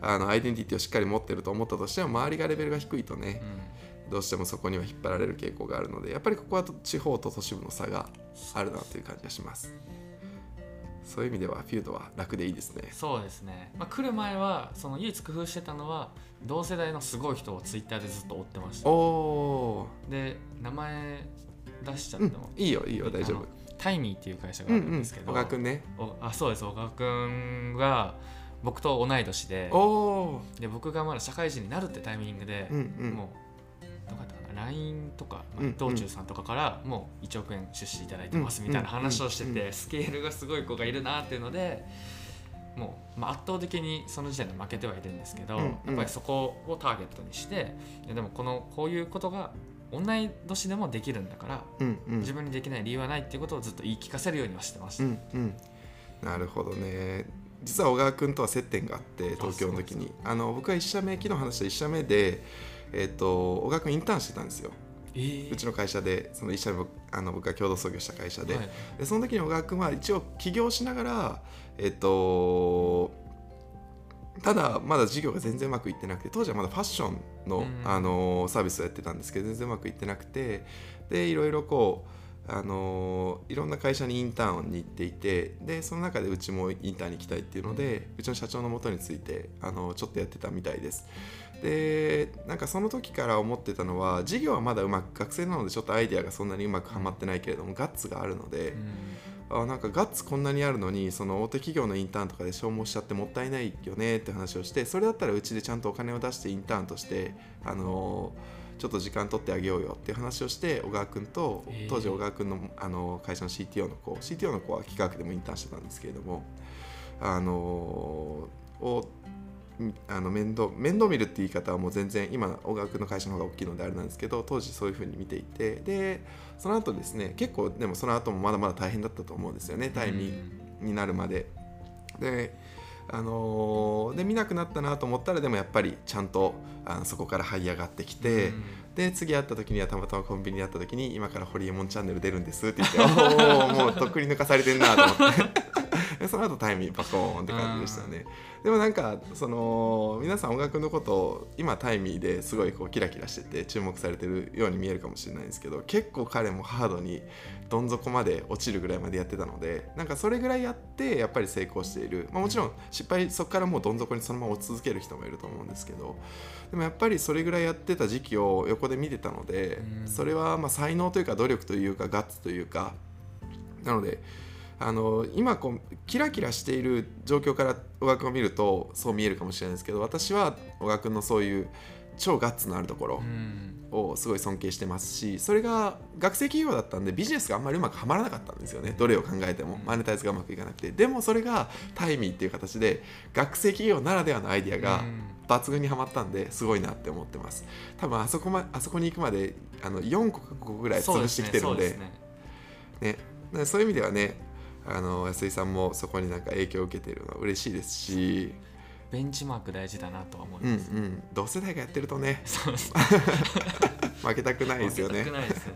あのアイデンティティをしっかり持ってると思ったとしても、周りがレベルが低いとね、うん、どうしてもそこには引っ張られる傾向があるので、やっぱりここは地方と都市部の差があるなという感じがします。そういう意味ではフュードは楽でいいですね。 そうですね、まあ、来る前はその唯一工夫してたのは同世代のすごい人をツイッターでずっと追ってました。 おで名前出しちゃっても、 うん、いいよいいよ大丈夫。 タイミーっていう会社があるんですけど、 小川くんね。 あ、そうです。小川くんが僕と同い年で、 おで僕がまだ社会人になるってタイミングで、 うんうん、 もうどうかったかな ライン とか、まあ、道中さんとかからもういちおくえん出資いただいてますみたいな話をしてて、スケールがすごい子がいるなっていうので、もう、まあ、圧倒的にその時点で負けてはいるんですけど、うんうん、やっぱりそこをターゲットにして、でもこのこういうことが同い年でもできるんだから、うんうん、自分にできない理由はないっていうことをずっと言い聞かせるようにはしてました、 うんうん、なるほどね。実は小川君とは接点があって、東京の時にあの僕はいち社目、昨日話したいち社目で、えー、と小川君インターンしてたんですよ、えー、うちの会社で。そのいち社目、あの僕が共同創業した会社で、はい、でその時に小川君は一応起業しながら、えー、とただまだ事業が全然うまくいってなくて、当時はまだファッション の, あのサービスをやってたんですけど、全然うまくいってなくて、でいろいろこうあのいろんな会社にインターンに行っていて、でその中でうちもインターンに行きたいっていうので、うちの社長のもとについてあのちょっとやってたみたいです。でなんかその時から思ってたのは、事業はまだうまく、学生なのでちょっとアイデアがそんなにうまくはまってないけれども、ガッツがあるので、あなんかガッツこんなにあるのに、その大手企業のインターンとかで消耗しちゃってもったいないよねって話をして、それだったらうちでちゃんとお金を出してインターンとしてあのちょっと時間取ってあげようよっていう話をして、小川君と当時小川君 の, あの会社の シーティーオー の子 シーティーオー の子は企画でもインターンしてたんですけれども、あのをあの面倒面倒見るって言い方はもう全然今小川君の会社の方が大きいのであれなんですけど、当時そういう風に見ていて、でその後ですね、結構でもその後もまだまだ大変だったと思うんですよね、タイミになるまで。であのー、で見なくなったなと思ったら、でもやっぱりちゃんとあのそこから這い上がってきて、で次会った時にはたまたまコンビニで会った時に、今からホリエモンチャンネル出るんですって言っておーもうとっくに抜かされてんなと思ってでその後タイミーパコーンって感じでしたね。でもなんかその皆さん小川君のことを今タイミーですごいこうキラキラしてて注目されてるように見えるかもしれないんですけど、結構彼もハードにどん底まで落ちるぐらいまでやってたので、なんかそれぐらいやってやっぱり成功している、まあ、もちろん失敗そこからもうどん底にそのまま落ち続ける人もいると思うんですけど、でもやっぱりそれぐらいやってた時期を横で見てたので、それはまあ才能というか努力というかガッツというかなので、あの今こうキラキラしている状況から小川君を見るとそう見えるかもしれないですけど、私は小川君のそういう超ガッツのあるところをすごい尊敬してますし、それが学生企業だったんでビジネスがあんまりうまくはまらなかったんですよね。どれを考えてもマネタイズがうまくいかなくて、でもそれがタイミーっていう形で学生企業ならではのアイディアが抜群にはまったんで、すごいなって思ってます。多分あそこ、ま、あそこに行くまであのよんこかごこぐらい潰してきてるので、そうですね、そうですね。ね、そういう意味ではね、あの安井さんもそこになんか影響を受けているのは嬉しいですし、 ベンチマーク大事だなとは思います。 うんうん、同世代がやってるとねそうです負けたくないですよね。負けたくないです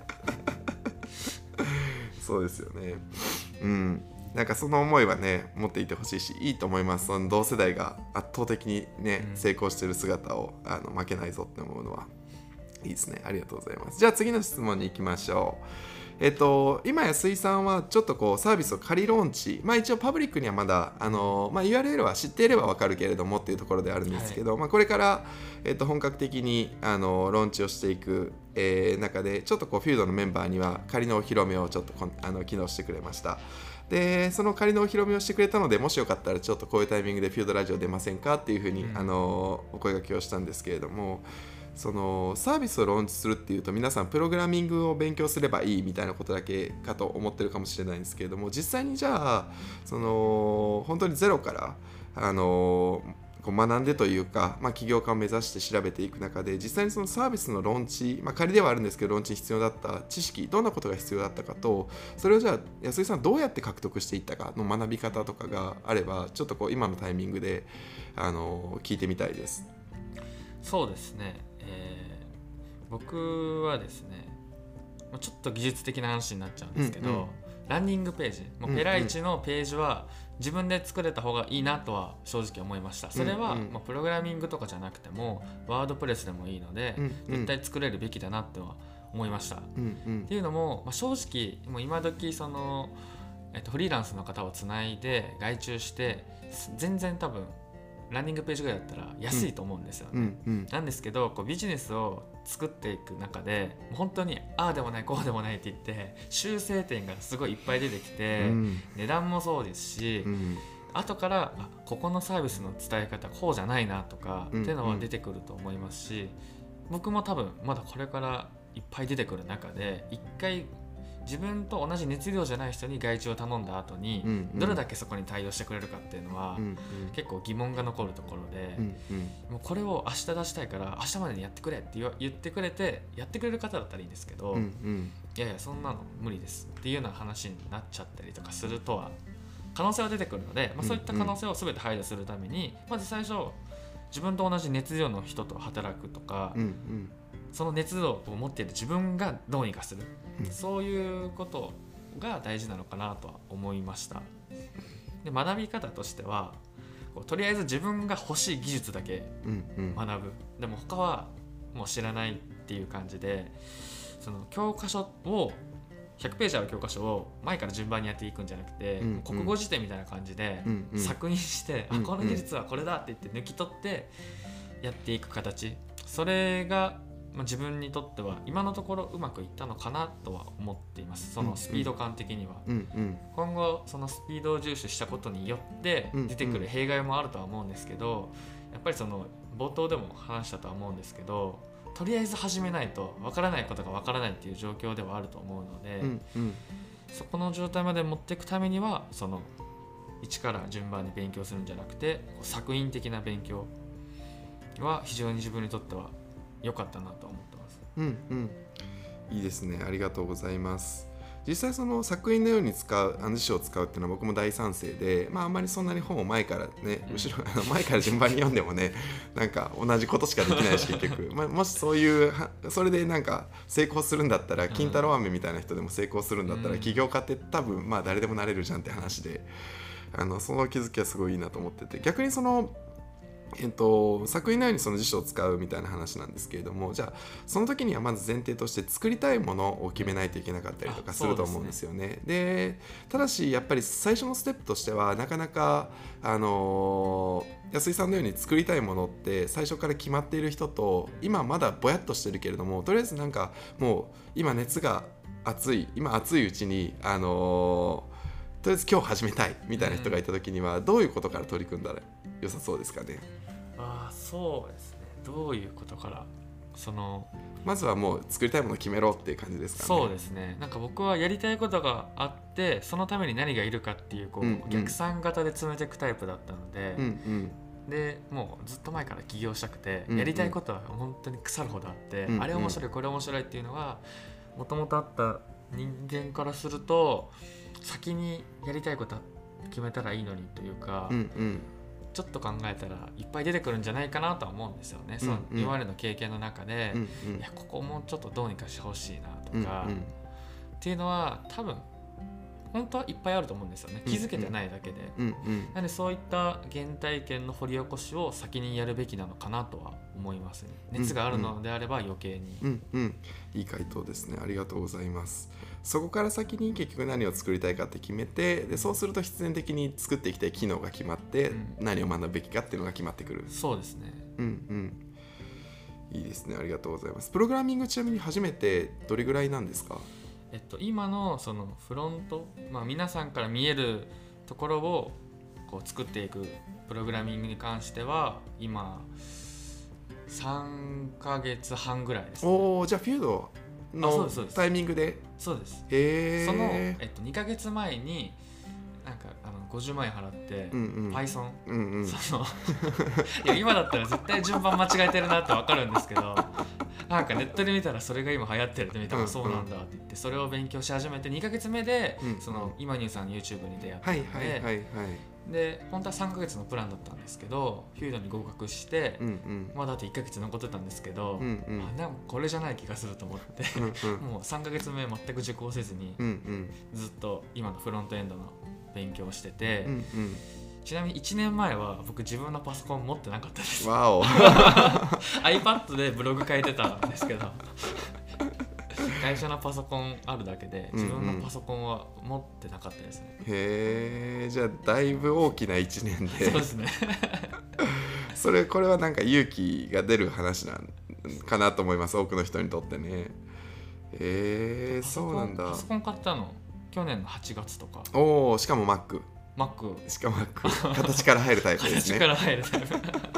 そうですよね。うん、なんかその思いはね持っていてほしいし、いいと思います。その同世代が圧倒的にね、うん、成功している姿をあの負けないぞって思うのはいいですね。ありがとうございます。じゃあ次の質問に行きましょう。えっと、今安井さんはちょっとこうサービスを仮ローンチ、まあ、一応パブリックにはまだあの、まあ、ユーアールエル は知っていれば分かるけれどもっていうところであるんですけど、はい、まあ、これから、えっと、本格的にあのローンチをしていく、えー、中でちょっとこうフィールドのメンバーには仮のお披露目をちょっとこんあの機能してくれました。でその仮のお披露目をしてくれたので、もしよかったらちょっとこういうタイミングでフィールドラジオ出ませんかっていうふうに、うん、あのお声掛けをしたんですけれども、そのサービスをローンチするっていうと皆さんプログラミングを勉強すればいいみたいなことだけかと思ってるかもしれないんですけれども、実際にじゃあその本当にゼロからあのこう学んでというか、まあ、起業家を目指して調べていく中で、実際にそのサービスのローンチ、まあ、仮ではあるんですけどローンチに必要だった知識、どんなことが必要だったかと、それをじゃあ安井さんどうやって獲得していったかの学び方とかがあれば、ちょっとこう今のタイミングであの聞いてみたいです。 そうですね、えー、僕はですねちょっと技術的な話になっちゃうんですけど、うんうん、 ランニングページ、もうペライチのページは自分で作れた方がいいなとは正直思いました。それは、 うんうん、 まあ、プログラミングとかじゃなくてもワードプレスでもいいので、うんうん、絶対作れるべきだなっては思いました、うんうん、っていうのも、まあ、正直もう今時その、えっと、フリーランスの方をつないで外注して全然多分ランニングページぐらいだったら安いと思うんですよね、うんうんうん、なんですけどこうビジネスを作っていく中でもう本当にああでもないこうでもないって言って修正点がすごいいっぱい出てきて、うん、値段もそうですし、うん、後からあここのサービスの伝え方こうじゃないなとか、うんうん、っていうのは出てくると思いますし、僕も多分まだこれからいっぱい出てくる中で一回自分と同じ熱量じゃない人に外注を頼んだ後に、うんうん、どれだけそこに対応してくれるかっていうのは、うんうん、結構疑問が残るところで、うんうん、もうこれを明日出したいから明日までにやってくれって言ってくれてやってくれる方だったらいいんですけど、うんうん、いやいやそんなの無理ですっていうような話になっちゃったりとかするとは可能性は出てくるので、まあ、そういった可能性を全て排除するために、まず最初自分と同じ熱量の人と働くとか、うんうん、その熱量を持っている自分がどうにかする、うん、そういうことが大事なのかなとは思いました。で学び方としてはこうとりあえず自分が欲しい技術だけ学ぶ、うんうん、でも他はもう知らないっていう感じで、その教科書をひゃくページある教科書を前から順番にやっていくんじゃなくて、うんうん、国語辞典みたいな感じで作にして、うんうん、あこの技術はこれだって言って抜き取ってやっていく形、それが、まあ、自分にとっては今のところうまくいったのかなとは思っています。そのスピード感的には、うんうん、今後そのスピードを重視したことによって出てくる弊害もあるとは思うんですけど、やっぱりその冒頭でも話したとは思うんですけど、とりあえず始めないと分からないことが分からないっていう状況ではあると思うので、うんうん、そこの状態まで持っていくためにはその一から順番に勉強するんじゃなくて作品的な勉強は非常に自分にとっては良かったなと思ってます。 うんうん、いいですね、ありがとうございます。実際その作品のように使うあの辞書を使うっていうのは僕も大賛成で、まああんまりそんなに本を前からね、後ろ前から順番に読んでもねなんか同じことしかできないし結局、まあ、もしそういうそれでなんか成功するんだったら金太郎飴みたいな人でも成功するんだったら起業家って多分まあ誰でもなれるじゃんって話で、あのその気づきはすごいいいなと思ってて、逆にそのえっと、作品のようにその辞書を使うみたいな話なんですけれども、じゃあその時にはまず前提として作りたいものを決めないといけなかったりとかすると思うんですよね。で、ただしやっぱり最初のステップとしてはなかなかあのー、安井さんのように作りたいものって最初から決まっている人と、今まだぼやっとしてるけれどもとりあえずなんかもう今熱が熱い今熱いうちにあのー、とりあえず今日始めたいみたいな人がいた時にはどういうことから取り組んだら良さそうですかね。 ああ、そうですね。どういうことから、そのまずはもう作りたいものを決めろっていう感じですかね。 そうですね。なんか僕はやりたいことがあってそのために何がいるかっていうこう、うんうん、逆算型で詰めていくタイプだったので、うんうん、でもうずっと前から起業したくて、うんうん、やりたいことは本当に腐るほどあって、うんうん、あれ面白いこれ面白いっていうのはもともとあった人間からすると先にやりたいこと決めたらいいのにというか、うんうん、ちょっと考えたらいっぱい出てくるんじゃないかなとは思うんですよね、うんうん、その今までの経験の中で、うんうん、いやここもうちょっとどうにかしてほしいなとか、うんうん、っていうのは多分本当はいっぱいあると思うんですよね、気づけてないだけで、うんうん、なのでそういった原体験の掘り起こしを先にやるべきなのかなとは思いますね。熱があるのであれば余計に、 うんうん、いい回答ですね、ありがとうございます。そこから先に結局何を作りたいかって決めて、でそうすると必然的に作っていきたい機能が決まって、うん、何を学ぶべきかっていうのが決まってくる。 そうですね、 うんうん、いいですね、ありがとうございます。プログラミングちなみに初めてどれぐらいなんですか？ えっと、今のそのフロント、まあ、皆さんから見えるところをこう作っていくプログラミングに関しては今さんかげつはんぐらいです、ね、 おー、じゃあフィードのタイミングで。 そうです。 へー。 その、えっと、にかげつまえになんかあのごじゅうまんえん払って、うんうん、Python、うんうん、そのいや今だったら絶対順番間違えてるなって分かるんですけどなんかネットで見たらそれが今流行ってるって見たらそうなんだって言ってそれを勉強し始めてにかげつめで、うん、その今ニューさんの YouTube に出会って、はいはいはいはい、 で本当はさんかげつのプランだったんですけどフュードに合格して、 うんうん、 まだあといっかげつ残ってたんですけど、 うんうん、 あでもこれじゃない気がすると思ってうん、うん、 もうさんかげつめ全く受講せずに、 うんうん、 ずっと今のフロントエンドの勉強をしてて、 うんうん、 ちなみにいちねんまえは僕自分のパソコン持ってなかったですわお iPad でブログ書いてたんですけど会社のパソコンあるだけで自分のパソコンは持ってなかったですね、 うんうん、へえ、じゃあだいぶ大きないちねんでそうですねそれこれはなんか勇気が出る話なんかなと思います、多くの人にとってね。へえ、そうなんだ。 パソコン買ったの去年のはちがつとか。 おお、しかも Mac。 Mac しかも Mac 形から入るタイプですね形から入るタイプ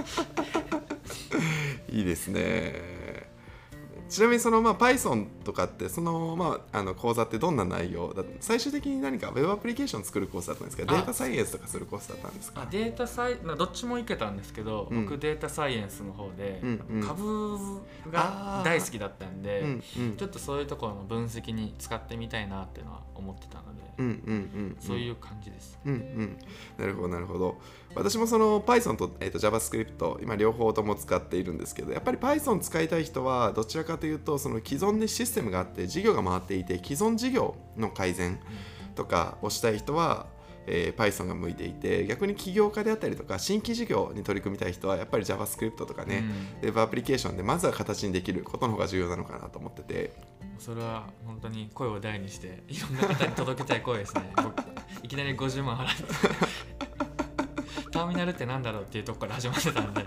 いいですね。ちなみにそのまあ Python とかってそのまああの講座ってどんな内容だ、最終的に何か Web アプリケーション作るコースだったんですか、データサイエンスとかするコースだったんですか。 あデータサイどっちも行けたんですけど、うん、僕データサイエンスの方で、うんうん、株が大好きだったんで、うんうん、ちょっとそういうところの分析に使ってみたいなっていうのは思ってたので、うんうんうんうん、そういう感じです、 うんうん、なるほどなるほど。私もその Python と、えーと JavaScript 今両方とも使っているんですけど、やっぱり Python 使いたい人はどちらかというとその既存でシステムがあって事業が回っていて既存事業の改善とかをしたい人は、えー、Python が向いていて、逆に起業家であったりとか新規事業に取り組みたい人はやっぱり JavaScript とかね、うん、Web アプリケーションでまずは形にできることの方が重要なのかなと思ってて、 それは本当に声を大にしていろんな方に届けたい声ですね僕いきなりごじゅうまん払ってターミナルってなんだろうっていうところから始まってたんで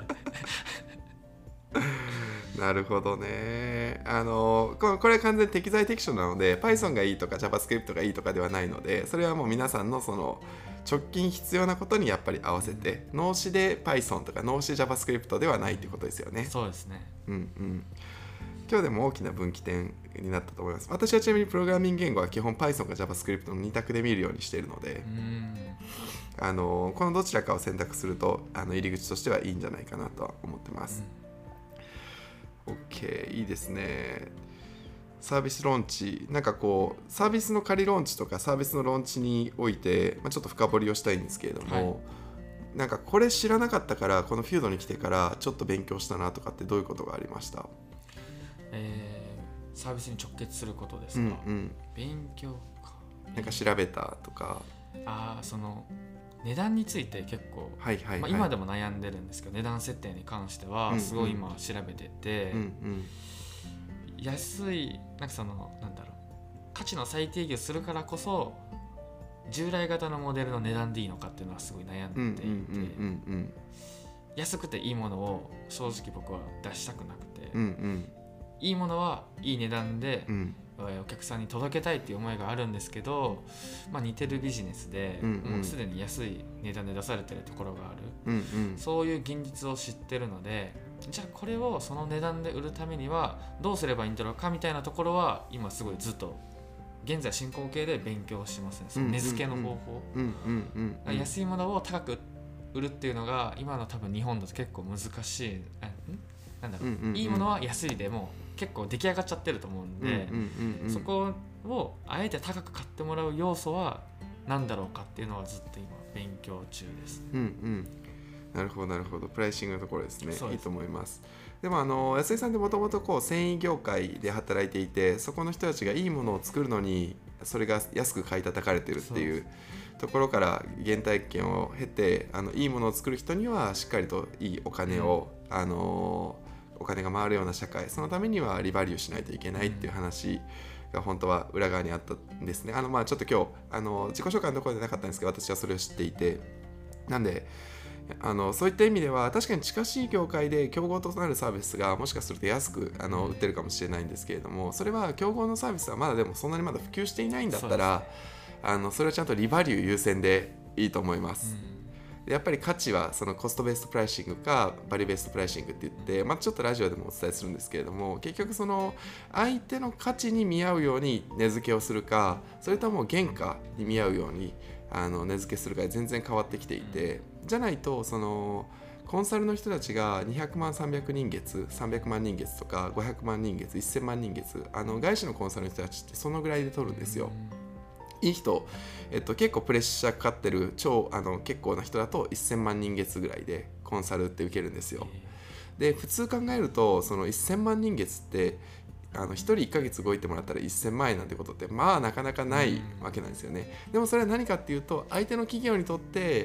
なるほどね。あのこれは完全に適材適所なので Python がいいとか JavaScript がいいとかではないので、それはもう皆さんのその直近必要なことにやっぱり合わせて、脳死で Python とか脳死 JavaScript ではないってことですよね。 そうですね。 うんうん。今日でも大きな分岐点になったと思います。私はちなみにプログラミング言語は基本 Python か JavaScript の二択で見るようにしているので、うんあのこのどちらかを選択するとあの入り口としてはいいんじゃないかなとは思ってます、うん、OK、 いいですね。サービスローンチ、なんかこうサービスの仮ローンチとかサービスのローンチにおいて、まあ、ちょっと深掘りをしたいんですけれども、はい、なんかこれ知らなかったからこのフィードに来てからちょっと勉強したなとかってどういうことがありました？ えー、サービスに直結することですか、うんうん、勉強か、 なんか調べたとか、 ああその値段について結構、 はいはいはい、 まあ、今でも悩んでるんですけど、値段設定に関してはすごい今調べてて、うんうん、安いなんかそのなんだろう価値の再定義をするからこそ従来型のモデルの値段でいいのかっていうのはすごい悩んでいて、安くていいものを正直僕は出したくなくて、うんうん、いいものはいい値段で、うんお客さんに届けたいっていう思いがあるんですけど、まあ、似てるビジネスで、うんうん、もうすでに安い値段で出されてるところがある、うんうん、そういう現実を知ってるので、じゃあこれをその値段で売るためにはどうすればいいんだろうかみたいなところは今すごいずっと現在進行形で勉強してますね。その値付けの方法、安いものを高く売るっていうのが今の多分日本だと結構難しい、なんだろう、うんうんうん、いいものは安いでも結構出来上がっちゃってると思うんで、うんうんうんうん、そこをあえて高く買ってもらう要素は何だろうかっていうのはずっと今勉強中です、ねうんうん、 なるほどなるほど。プライシングのところですね。ですいいと思います。でもあの安井さんってもともと繊維業界で働いていて、そこの人たちがいいものを作るのにそれが安く買い叩かれてるっていうところから原体験を経て、あのいいものを作る人にはしっかりといいお金を、うん、あのお金が回るような社会、そのためにはリバリューしないといけないっていう話が本当は裏側にあったんですね。あのまあちょっと今日あの自己紹介のところでなかったんですけど、私はそれを知っていて、なんであのそういった意味では確かに近しい業界で競合となるサービスがもしかすると安くあの売ってるかもしれないんですけれども、それは競合のサービスはまだでもそんなにまだ普及していないんだったら、そ, あのそれはちゃんとリバリュー優先でいいと思います、うん、やっぱり価値はそのコストベーストプライシングかバリューベーストプライシングって言って、まあ、ちょっとラジオでもお伝えするんですけれども、結局その相手の価値に見合うように値付けをするか、それとも原価に見合うようにあの値付けするかで全然変わってきていて、じゃないとそのコンサルの人たちがにひゃくまんさんびゃくにん月さんびゃくまんにん月とかごひゃくまんにん月せんまんにん月、あの外資のコンサルの人たちってそのぐらいで取るんですよ。 いい人、えっと、結構プレッシャーかかってる超あの結構な人だとせんまんにん月ぐらいでコンサルって受けるんですよ。で普通考えるとそのせんまんにん月ってあのひとりいっかげつ動いてもらったらせんまんえんなんてことってまあなかなかないわけなんですよね。でもそれは何かっていうと相手の企業にとって、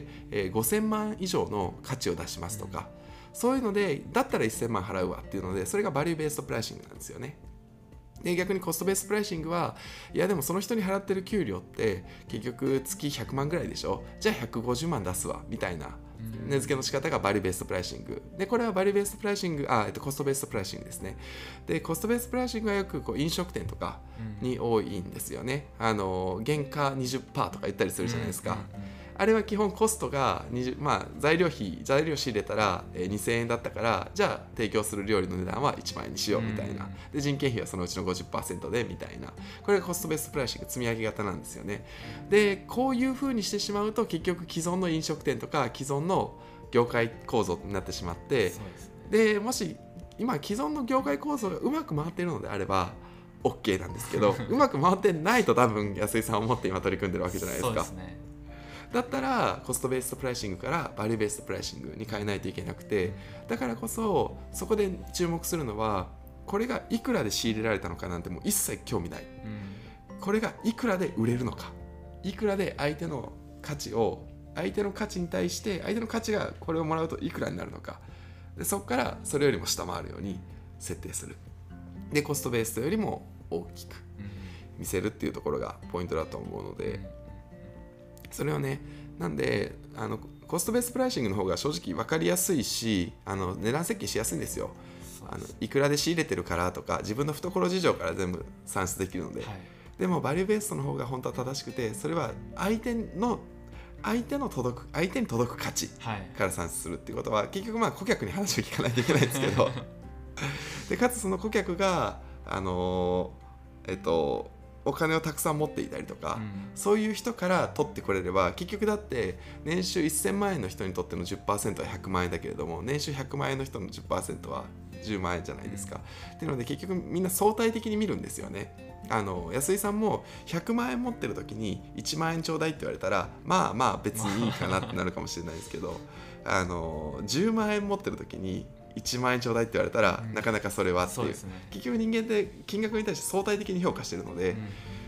えー、ごせんまん以上の価値を出しますとか、そういうのでだったらせんまん払うわっていうので、それがバリューベーストプライシングなんですよね。で逆にコストベースプライシングはいやでもその人に払ってる給料って結局月ひゃくまんぐらいでしょ、じゃあひゃくごじゅうまん出すわみたいな値付けの仕方がバリューベーストプライシングで、これはバリューベーストプライシングあ、えっと、コストベーストプライシングですね。でコストベーストプライシングはよくこう飲食店とかに多いんですよね。あの原価 にじゅっパーセント とか言ったりするじゃないですか。あれは基本コストがにじゅう、まあ、材料費材料仕入れたらにせんえんだったから、じゃあ提供する料理の値段はいちまんえんにしようみたいな、で人件費はそのうちの ごじゅっパーセント でみたいな、これがコストベーストプライシング積み上げ型なんですよね。でこういう風にしてしまうと結局既存の飲食店とか既存の業界構造になってしまって、でもし今既存の業界構造がうまく回っているのであれば OK なんですけどうまく回ってないと多分安井さんを思って今取り組んでるわけじゃないですか。 そうですね。 だったらコストベーストプライシングからバリューベーストプライシングに変えないといけなくて、だからこそそこで注目するのはこれがいくらで仕入れられたのかなんてもう一切興味ない、うん、これがいくらで売れるのか、いくらで相手の価値を相手の価値に対して相手の価値がこれをもらうといくらになるのか、でそこからそれよりも下回るように設定する。でコストベーストよりも大きく見せるっていうところがポイントだと思うので、それをね、なんであのコストベースプライシングの方が正直分かりやすいし、あの値段設計しやすいんですよ。あのいくらで仕入れてるからとか自分の懐事情から全部算出できるので、はい、でもバリューベーストの方が本当は正しくて、それは相手の相手の届く相手に届く価値から算出するっていうことは、はい、結局まあ顧客に話を聞かないといけないんですけどでかつその顧客があのー、えっとお金をたくさん持っていたりとか、うん、そういう人から取ってこれれば、結局だって年収せんまんえんの人にとっての じゅっパーセント はひゃくまんえんだけれども、年収ひゃくまんえんの人の じゅっパーセント はじゅうまんえんじゃないですか、うん、っていうので結局みんな相対的に見るんですよね。あの安井さんもひゃくまんえん持ってる時にいちまんえんちょうだいって言われたら、まあまあ別にいいかなってなるかもしれないですけどあのじゅうまんえん持ってる時にいちまんえんちょうだいって言われたら、うん、なかなかそれはっていう、そうですね、結局人間って金額に対して相対的に評価してるので、うん、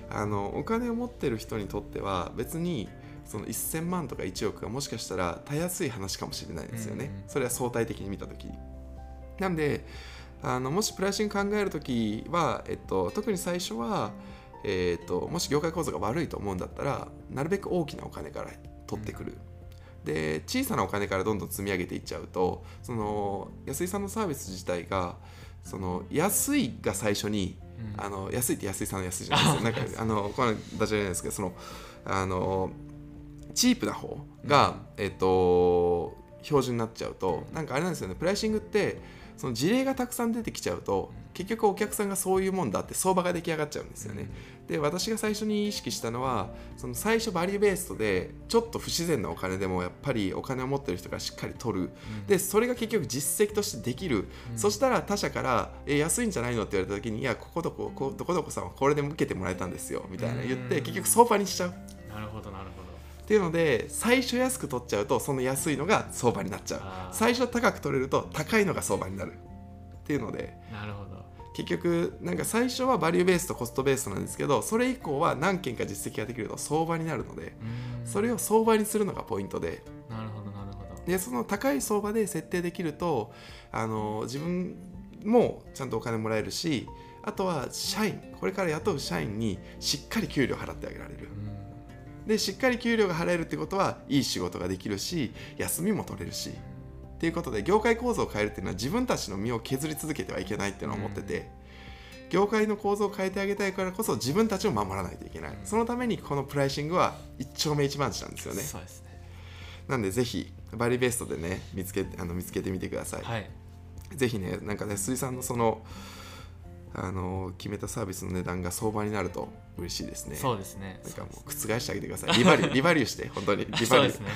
あのお金を持ってる人にとっては別にそのせんまんとかいちおくがもしかしたらたやすい話かもしれないですよね、うんうん、それは相対的に見たときに。なんであのもしプライシング考えるときは、えっと、特に最初は、えっと、もし業界構造が悪いと思うんだったらなるべく大きなお金から取ってくる、うん、で小さなお金からどんどん積み上げていっちゃうと、その安井さんのサービス自体がその安いが最初に、うん、あの安いって安井さんの安いじゃないですかなんかあのこれダジャレなんですけど、そのあのチープな方が、うん、えっと標準になっちゃうと、なんかあれなんですよね、プライシングってその事例がたくさん出てきちゃうと結局お客さんがそういうもんだって相場が出来上がっちゃうんですよね。で私が最初に意識したのは、その最初バリューベーストでちょっと不自然なお金でもやっぱりお金を持ってる人がしっかり取る、でそれが結局実績としてできる、うん、そしたら他社からえ安いんじゃないのって言われた時に、いやここどここどこどこさんはこれで受けてもらえたんですよみたいな言って結局相場にしちゃう。 なるほどなるほどっていうので、最初安く取っちゃうとその安いのが相場になっちゃう、最初高く取れると高いのが相場になるっていうので、 なるほど、 結局なんか最初はバリューベースとコストベースなんですけど、それ以降は何件か実績ができると相場になるので、それを相場にするのがポイントで、 なるほどなるほど。 でその高い相場で設定できると、あの自分もちゃんとお金もらえるし、あとは社員、これから雇う社員にしっかり給料払ってあげられる。でしっかり給料が払えるってことはいい仕事ができるし、休みも取れるしっていうことで、業界構造を変えるっていうのは自分たちの身を削り続けてはいけないっていうのを思ってて、うん、業界の構造を変えてあげたいからこそ自分たちを守らないといけない、うん、そのためにこのプライシングは一丁目一番地なんですよね。 そうですね。 なんでぜひバリベストでね見つけあの見つけてみてください、 はい、 ぜひね、なんかね、鈴井さんのそのあの決めたサービスの値段が相場になると嬉しいですね。 そうですね。 なんかもう覆してあげてください。リバリューリバリューして本当にリバリュー。 そうですね。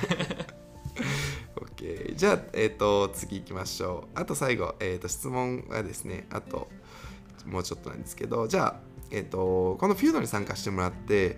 OK、じゃあ、えー、と次行きましょう。あと最後、えー、と質問はですね、あともうちょっとなんですけど、じゃあ、えー、とこのフィードに参加してもらって、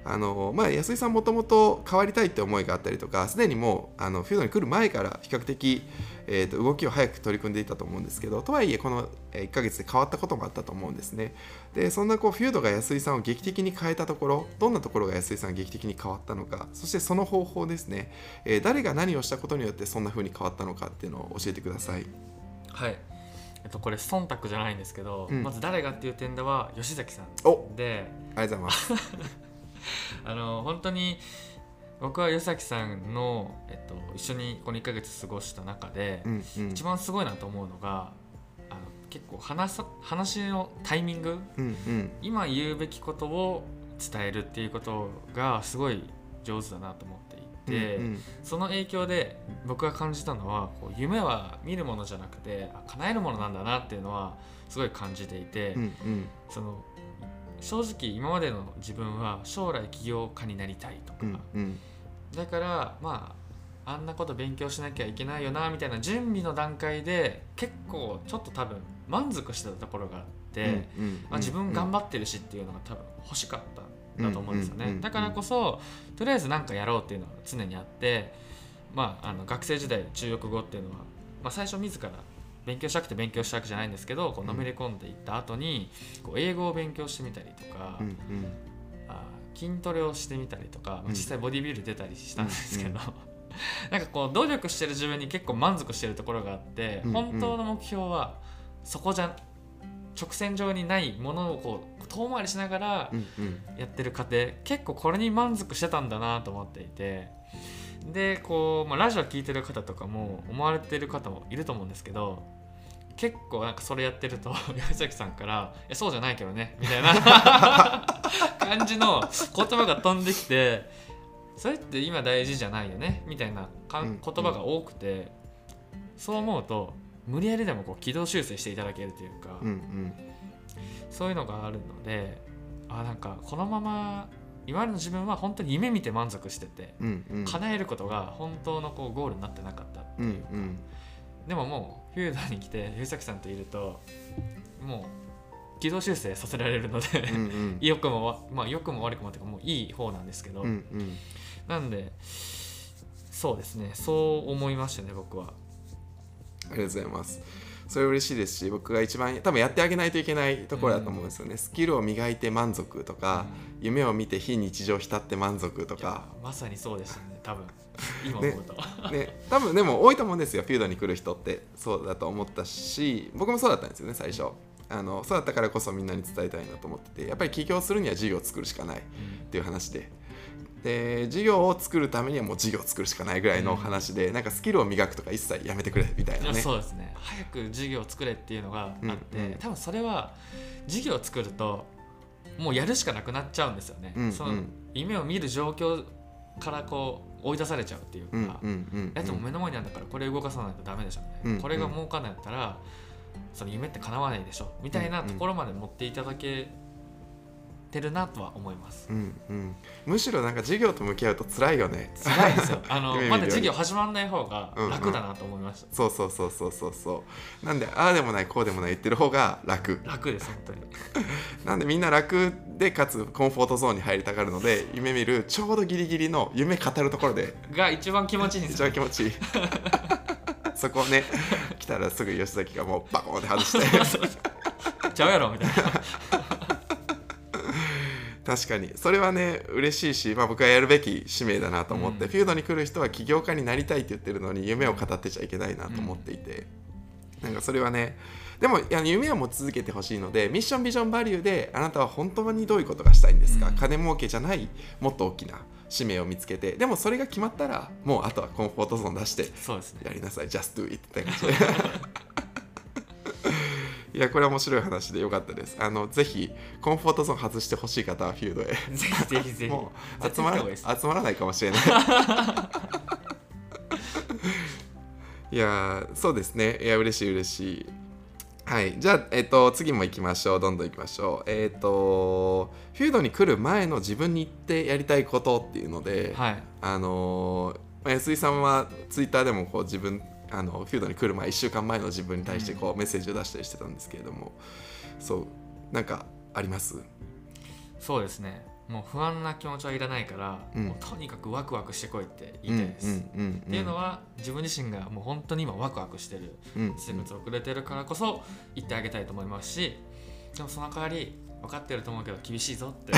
あの、まあ、安井さんもともと変わりたいって思いがあったりとか、すでにもうあのフィールドに来る前から比較的、えー、と動きを早く取り組んでいたと思うんですけど、とはいえこのいっかげつで変わったこともあったと思うんですね。でそんなこうフィールドが安井さんを劇的に変えたところ、どんなところが安井さんが劇的に変わったのか、そしてその方法ですね、えー、誰が何をしたことによってそんな風に変わったのかっていうのを教えてください。 はい、えっと、これ忖度じゃないんですけど、うん、まず誰がっていう点では吉崎さんで、 ありがとうございますあの本当に僕は吉崎さんの、えっと、一緒にこのいっかげつ過ごした中で、うんうん、一番すごいなと思うのが、あの結構 話, 話のタイミング、うんうん、今言うべきことを伝えるっていうことがすごい上手だなと思っていて、うんうん、その影響で僕が感じたのは、こう夢は見るものじゃなくて叶えるものなんだなっていうのはすごい感じていて、うんうん、その正直今までの自分は将来起業家になりたいとか、うんうん、だからまああんなこと勉強しなきゃいけないよなみたいな準備の段階で結構ちょっと多分満足してたところがあって、うんうんまあ、自分頑張ってるしっていうのが多分欲しかったんだと思うんですよね、うんうんうんうん、だからこそとりあえず何かやろうっていうのは常にあって、まあ、あの学生時代中国語っていうのは、まあ、最初自ら勉強したくて勉強したわけじゃないんですけど、こうのめり込んでいった後にこう英語を勉強してみたりとか、うんうん、あ筋トレをしてみたりとか、うん、実際ボディビル出たりしたんですけど、うんうん、なんかこう努力してる自分に結構満足してるところがあって、うんうん、本当の目標はそこじゃ直線上にないものをこう遠回りしながらやってる過程、結構これに満足してたんだなと思っていて、でこう、まあ、ラジオ聞いてる方とかも思われてる方もいると思うんですけど、結構なんかそれやってると吉崎さんから「いやそうじゃないけどね」みたいな感じの言葉が飛んできて、それって今大事じゃないよねみたいなかん言葉が多くて、うんうん、そう思うと無理やりでもこう軌道修正していただけるというか、うんうん、そういうのがあるので、あなんかこのまま今までの自分は本当に夢見て満足してて、うんうん、叶えることが本当のこうゴールになってなかったっていうか、うんうん、でももうフィールドに来て吉崎さんといるともう軌道修正させられるので、うん、うん、良くも、まあ、良くも悪くもっていうかもういい方なんですけど、うんうん、なんでそうですね、そう思いましたね僕は。 ありがとうございます。それ嬉しいですし、僕が一番多分やってあげないといけないところだと思うんですよね、うん、スキルを磨いて満足とか、うん、夢を見て非日常浸って満足とか、 まさにそうですね多分今思うとねね、多分でも多いと思うんですよ、フィールドに来る人ってそうだと思ったし、僕もそうだったんですよね最初。あのそうだったからこそみんなに伝えたいなと思ってて、やっぱり起業するには事業を作るしかないっていう話で、で事業を作るためにはもう事業を作るしかないぐらいの話で、うん、なんかスキルを磨くとか一切やめてくれみたいなね。 そうですね、早く事業を作れっていうのがあって、うんうん、多分それは事業を作るともうやるしかなくなっちゃうんですよね、うんうん、その夢を見る状況からこう追い出されちゃうっていうか、うんうんうんうん、だってもう目の前にあるんだからこれ動かさないとダメでしょみたいな、うんうん、これが儲かんないんだったらその夢って叶わないでしょみたいなところまで持っていただけてるなとは思います、 うんうん、むしろなんか授業と向き合うと辛いよね。 辛いですよあのまだ授業始まらない方が楽だなと思いました、 うんうん、そうそうそうそうそうなんでああでもないこうでもない言ってる方が楽楽です本当になんでみんな楽でかつコンフォートゾーンに入りたがるので、夢見るちょうどギリギリの夢語るところでが一番気持ちいいんですよ、 一番気持ちいいそこをね来たらすぐ吉崎がもうバコーンって外してちゃうやろみたいな確かにそれはね嬉しいし、まあ、僕はやるべき使命だなと思って、うん、フィールドに来る人は起業家になりたいって言ってるのに夢を語ってちゃいけないなと思っていて、うん、なんかそれはねでも夢は持ち続けてほしいので、ミッションビジョンバリューであなたは本当にどういうことがしたいんですか、うん、金儲けじゃないもっと大きな使命を見つけて、でもそれが決まったらもうあとはコンフォートゾーン出してやりなさい、ね、just do it って感じでいやこれは面白い話でよかったです。あのぜひコンフォートゾーン外してほしい方はフィールドへぜひぜひぜひもう集まら集まらないかもしれないいやそうですね、いや嬉しい嬉しい。はい、じゃあ、えー、と次も行きましょう。どんどん行きましょう。えっ、ー、とフィールドに来る前の自分に言ってやりたいことっていうので、はい、あのー、安井さんはツイッターでもこう自分あのフィールドに来る前いっしゅうかんまえの自分に対してこうメッセージを出したりしてたんですけれども、そうなんかあります？ そうですね、 もう不安な気持ちはいらないから、うん、もうとにかくワクワクしてこいって言いたいです、うんうんうんうん、っていうのは自分自身がもう本当に今ワクワクしてる生活を送れてるからこそ言ってあげたいと思いますし、でもその代わり分かってると思うけど厳しいぞって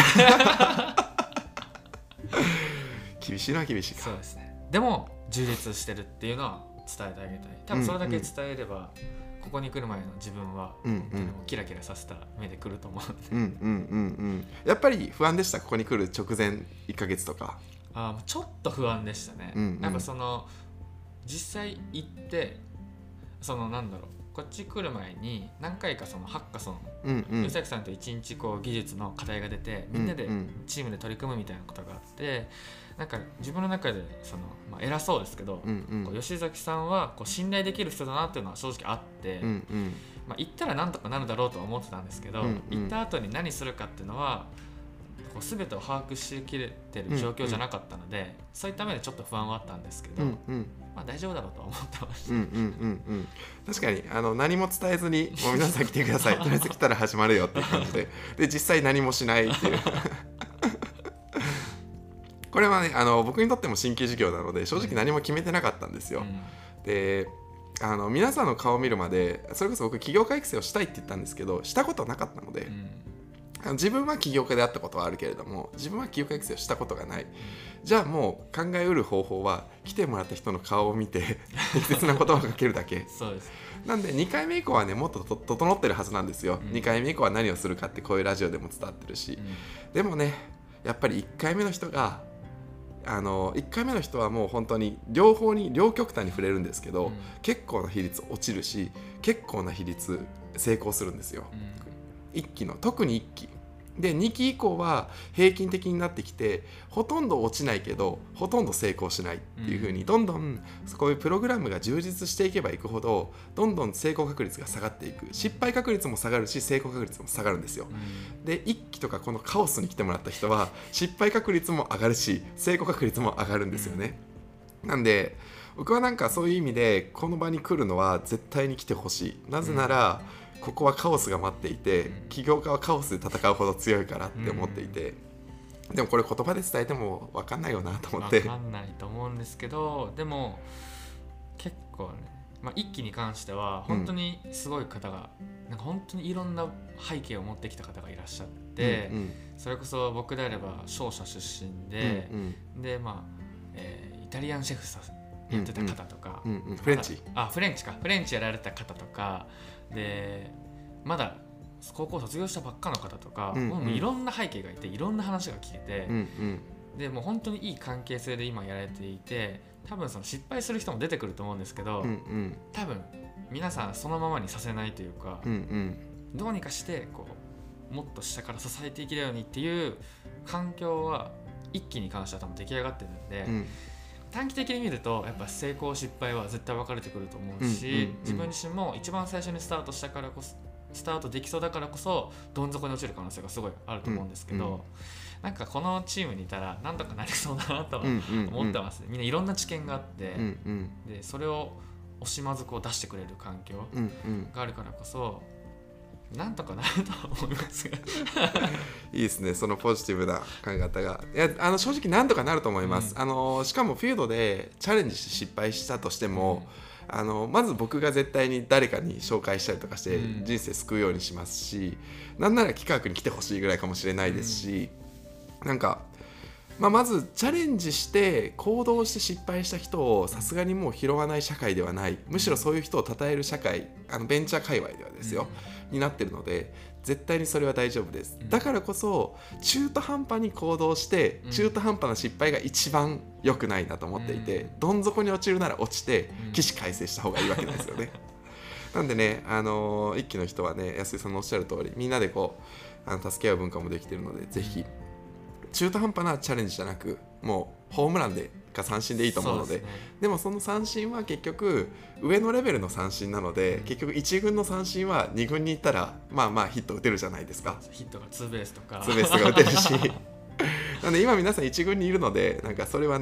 厳しいな厳しいか。 そうですね。でも充実してるっていうのは伝えてあげたい。多分それだけ伝えれば、うんうん、ここに来る前の自分は、うんうん、キラキラさせた目で来ると思うので、うんうんうんうん、やっぱり不安でした。ここに来る直前いっかげつとか。 あ、ちょっと不安でしたね、うんうん、やっぱその実際行ってそのなんだろう、こっち来る前に何回かそのハッカソン、うんうん、吉崎さんと一日こう技術の課題が出てみんなでチームで取り組むみたいなことがあって、なんか自分の中でその、まあ、偉そうですけど、うんうん、こう吉崎さんはこう信頼できる人だなっていうのは正直あって、うんうんまあ、行ったらなんとかなるだろうとは思ってたんですけど、うんうん、行った後に何するかっていうのはこう全てを把握しきれてる状況じゃなかったので、うんうん、そういった目でちょっと不安はあったんですけど、うんうんまあ、大丈夫だろうとは思ってました、うんうんうんうん、 確かにあの何も伝えずにもう皆さん来てくださいとりあえず来たら始まるよっていう感じでで実際何もしないっていうこれはねあの僕にとっても新規事業なので正直何も決めてなかったんですよ、うん、であの皆さんの顔を見るまでそれこそ僕起業家育成をしたいって言ったんですけどしたことなかったので、うんあの自分は起業家であったことはあるけれども自分は起業家育成をしたことがない、うん、じゃあもう考えうる方法は来てもらった人の顔を見て適切な言葉をかけるだけそうです。 なんでにかいめ以降はねもっとと整ってるはずなんですよ、うん、にかいめ以降は何をするかってこういうラジオでも伝わってるし、うん、でもねやっぱりいっかいめの人があのいっかいめの人はもう本当に両方に両極端に触れるんですけど、うん、結構な比率落ちるし結構な比率成功するんですよ、うん、いっきの特にいっきでにき以降は平均的になってきてほとんど落ちないけどほとんど成功しないっていう風にどんどんこういうプログラムが充実していけばいくほどどんどん成功確率が下がっていく失敗確率も下がるし成功確率も下がるんですよ、うん、でいっきとかこのカオスに来てもらった人は失敗確率も上がるし成功確率も上がるんですよね、うん、なんで僕はなんかそういう意味でこの場に来るのは絶対に来てほしい。なぜなら、うん、ここはカオスが待っていて起業家はカオスで戦うほど強いからって思っていて、うん、でもこれ言葉で伝えても分かんないよなと思って分かんないと思うんですけどでも結構ね、まあ、一期に関しては本当にすごい方が、うん、なんか本当にいろんな背景を持ってきた方がいらっしゃって、うんうん、それこそ僕であれば商社出身で、うんうん、でまあ、えー、イタリアンシェフさやってた方とか、 うんうんうん、フレンチあフレンチかフレンチやられた方とかでまだ高校卒業したばっかの方とか、うんうん、もういろんな背景がいていろんな話が聞けて、うんうん、でもう本当にいい関係性で今やられていて多分その失敗する人も出てくると思うんですけど、うんうん、多分皆さんそのままにさせないというか、うんうん、どうにかしてこうもっと下から支えていけるようにっていう環境は一気に関しては多分出来上がってるんで、うん短期的に見るとやっぱ成功失敗は絶対分かれてくると思うし、うんうんうん、自分自身も一番最初にスタートしたからこそスタートできそうだからこそどん底に落ちる可能性がすごいあると思うんですけど、うんうん、なんかこのチームにいたらなんとかなりそうだなとは思ってます、ね、うんうんうん、みんないろんな知見があって、うんうん、でそれを惜しまずこう出してくれる環境があるからこそなんとかなると思いますがいいですねそのポジティブな考え方が。いやあの正直なんとかなると思います、うん、あのしかもフィールドでチャレンジして失敗したとしても、うん、あのまず僕が絶対に誰かに紹介したりとかして人生救うようにしますし、うん、なんなら企画に来てほしいぐらいかもしれないですし、うん、なんかまあ、まずチャレンジして行動して失敗した人をさすがにもう拾わない社会ではない、むしろそういう人を称える社会あのベンチャー界隈ではですよ、うん、になってるので絶対にそれは大丈夫です、うん、だからこそ中途半端に行動して中途半端な失敗が一番良くないなと思っていて、うん、どん底に落ちるなら落ちて起死回生した方がいいわけですよねなんでね、あのー、一期の人はね安井さんのおっしゃる通りみんなでこうあの助け合う文化もできているのでぜひ中途半端なチャレンジじゃなくもうホームランでか三振でいいと思うの で, で, ね、でもその三振は結局上のレベルの三振なので、うん、結局いち軍の三振はに軍に行ったらまあまあヒット打てるじゃないですか。 ヒットがツーベースとかツーベースが打てるしなので今皆さんいち軍にいるのでなんかそれはね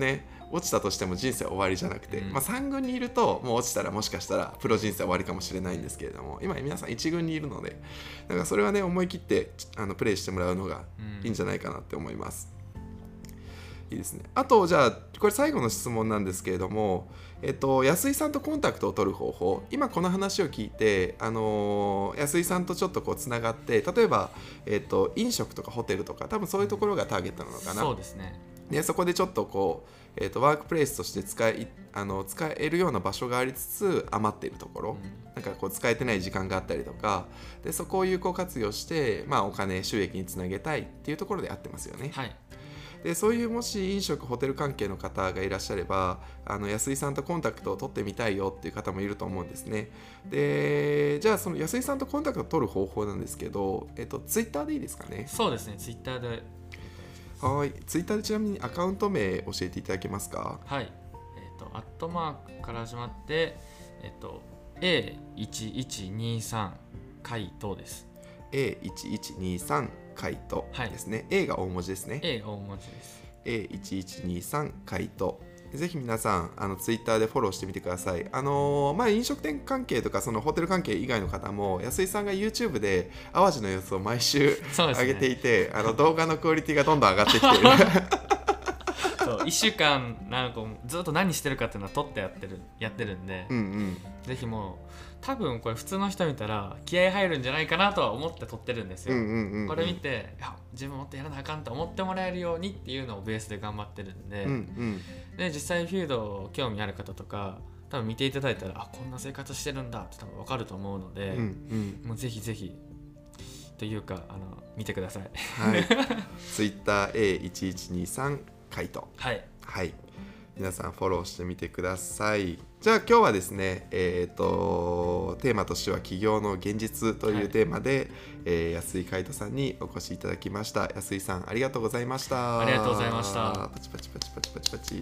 落ちたとしても人生は終わりじゃなくて、 うんまあ、さん軍にいるともう落ちたらもしかしたらプロ人生終わりかもしれないんですけれども、今皆さんいち軍にいるので、だからそれはね思い切ってあのプレイしてもらうのがいいんじゃないかなって思います、うん、いいですね。あとじゃあこれ最後の質問なんですけれども、えっと、安井さんとコンタクトを取る方法、今この話を聞いて、あのー、安井さんとちょっとこうつながって、例えば、えっと、飲食とかホテルとか多分そういうところがターゲットなのかな。 そうですね。 でそこでちょっとこう、えー、とワークプレイスとして使いあの使えるような場所がありつつ余っているところ、うん、なんかこう使えてない時間があったりとかで、そこを有効活用して、まあ、お金収益につなげたいっていうところで合ってますよね、 はい。 でそういうもし飲食ホテル関係の方がいらっしゃれば、あの安井さんとコンタクトを取ってみたいよっていう方もいると思うんですね。でじゃあその安井さんとコンタクトを取る方法なんですけど、えっと、ツイッターでいいですかね。 そうですね、ツイッターで。 はい、ツイッターでちなみにアカウント名教えていただけますか。 はい、えっ、ー、とアットマークから始まって、えっ、ー、と エーいちいちにさん 回答です。 エーいちいちにさん 回答ですね、はい、A が大文字ですね。 A が大文字です。 エーいちいちにさん 回答、ぜひ皆さんあのツイッターでフォローしてみてください。あのーまあ、飲食店関係とかそのホテル関係以外の方も安井さんが YouTube で淡路の様子を毎週上げていて、ね、あの動画のクオリティがどんどん上がってきているそういっしゅうかんなんかずっと何してるかっていうのは撮ってやってるやってるんで、 うんうん、 ぜひもう多分これ普通の人見たら気合入るんじゃないかなとは思って撮ってるんですよ、うんうんうんうん、これ見ていや自分もっとやらなあかんと思ってもらえるようにっていうのをベースで頑張ってるんで、うんうん、で実際フィード興味ある方とか多分見ていただいたらあこんな生活してるんだって多分分かると思うので、うんうん、もうぜひぜひというかあの見てください、 はい、Twitter エーいちいちにさん 回答、 はい、 はい、皆さんフォローしてみてください。じゃあ今日はですね、えー、とテーマとしては起業の現実というテーマで、はい、えー、安井海人さんにお越しいただきました。安井さんありがとうございました。 ありがとうございました。 パチパチパチパチパチパチ。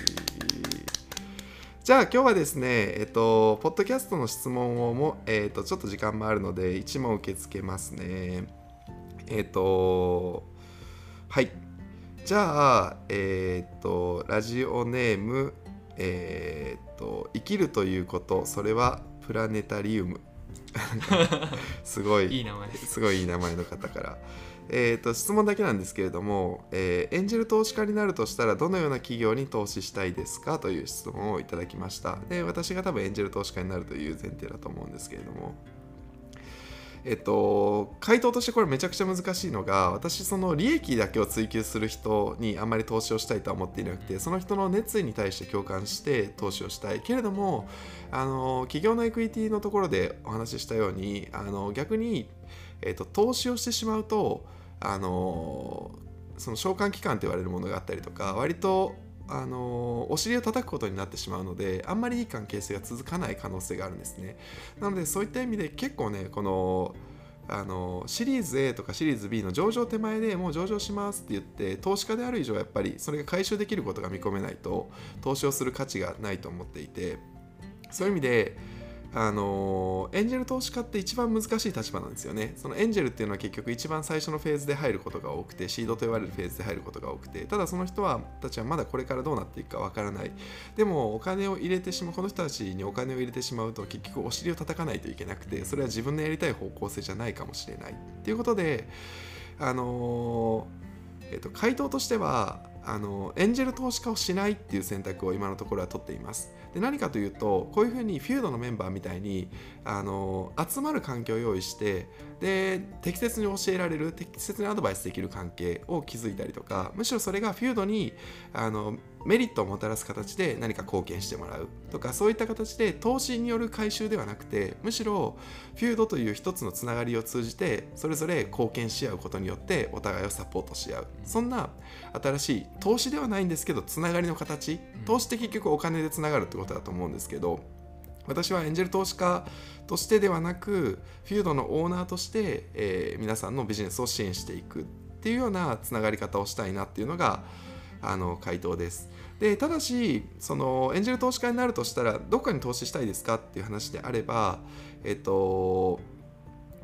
じゃあ今日はですね、えっ、ー、とポッドキャストの質問をも、えー、とちょっと時間もあるのでいち問受け付けますね。えっ、ー、とはいじゃあ、えー、とラジオネーム、えー、と生きるということそれはプラネタリウムすごいいい名前です。 すごいいい名前の方から、えー、と質問だけなんですけれども、えー、エンジェル投資家になるとしたらどのような企業に投資したいですかという質問をいただきました。で私が多分エンジェル投資家になるという前提だと思うんですけれども、えっと、回答としてこれめちゃくちゃ難しいのが、私その利益だけを追求する人にあんまり投資をしたいとは思っていなくて、その人の熱意に対して共感して投資をしたいけれども、あの企業のエクイティのところでお話ししたように、あの逆に、えっと、投資をしてしまうとあのその償還期間と言われるものがあったりとか、割とあのお尻を叩くことになってしまうので、あんまりいい関係性が続かない可能性があるんですね。なのでそういった意味で結構ね、このあのシリーズ A とかシリーズ B の上場手前でもう上場しますって言って投資家である以上やっぱりそれが回収できることが見込めないと投資をする価値がないと思っていて、そういう意味であのエンジェル投資家って一番難しい立場なんですよね。そのエンジェルっていうのは結局一番最初のフェーズで入ることが多くて、シードと言われるフェーズで入ることが多くて、ただその人はたちはまだこれからどうなっていくかわからない。でもお金を入れてしまう、この人たちにお金を入れてしまうと結局お尻を叩かないといけなくて、それは自分のやりたい方向性じゃないかもしれないっていうことで、あのーえっと、回答としてはあのエンジェル投資家をしないっていう選択を今のところは取っています。で何かというと、こういうふうにフュードのメンバーみたいにあの集まる環境を用意して、で適切に教えられる、適切にアドバイスできる関係を築いたりとか、むしろそれがフュードにあのメリットをもたらす形で何か貢献してもらうとか、そういった形で投資による回収ではなくて、むしろフュードという一つのつながりを通じてそれぞれ貢献し合うことによってお互いをサポートし合う、そんな新しい投資ではないんですけどつながりの形、投資って結局お金でつながるってことだと思うんですけど、私はエンジェル投資家としてではなくフュードのオーナーとして、えー、皆さんのビジネスを支援していくっていうようなつながり方をしたいなっていうのがあの回答です。でただしそのエンジェル投資家になるとしたらどこかに投資したいですかっていう話であれば、えっと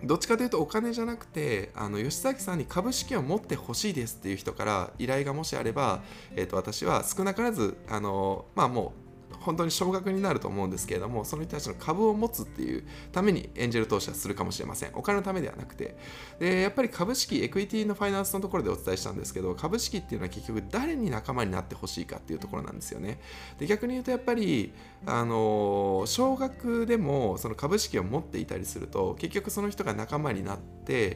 どっちかというとお金じゃなくて、あの吉崎さんに株式を持ってほしいですっていう人から依頼がもしあれば、えーと、私は少なからずあのまあもう本当に少額になると思うんですけれども、その人たちの株を持つっていうためにエンジェル投資はするかもしれません。お金のためではなくて、でやっぱり株式、エクイティのファイナンスのところでお伝えしたんですけど、株式っていうのは結局誰に仲間になってほしいかっていうところなんですよね。で逆に言うとやっぱりあの少額でもその株式を持っていたりすると、結局その人が仲間になって、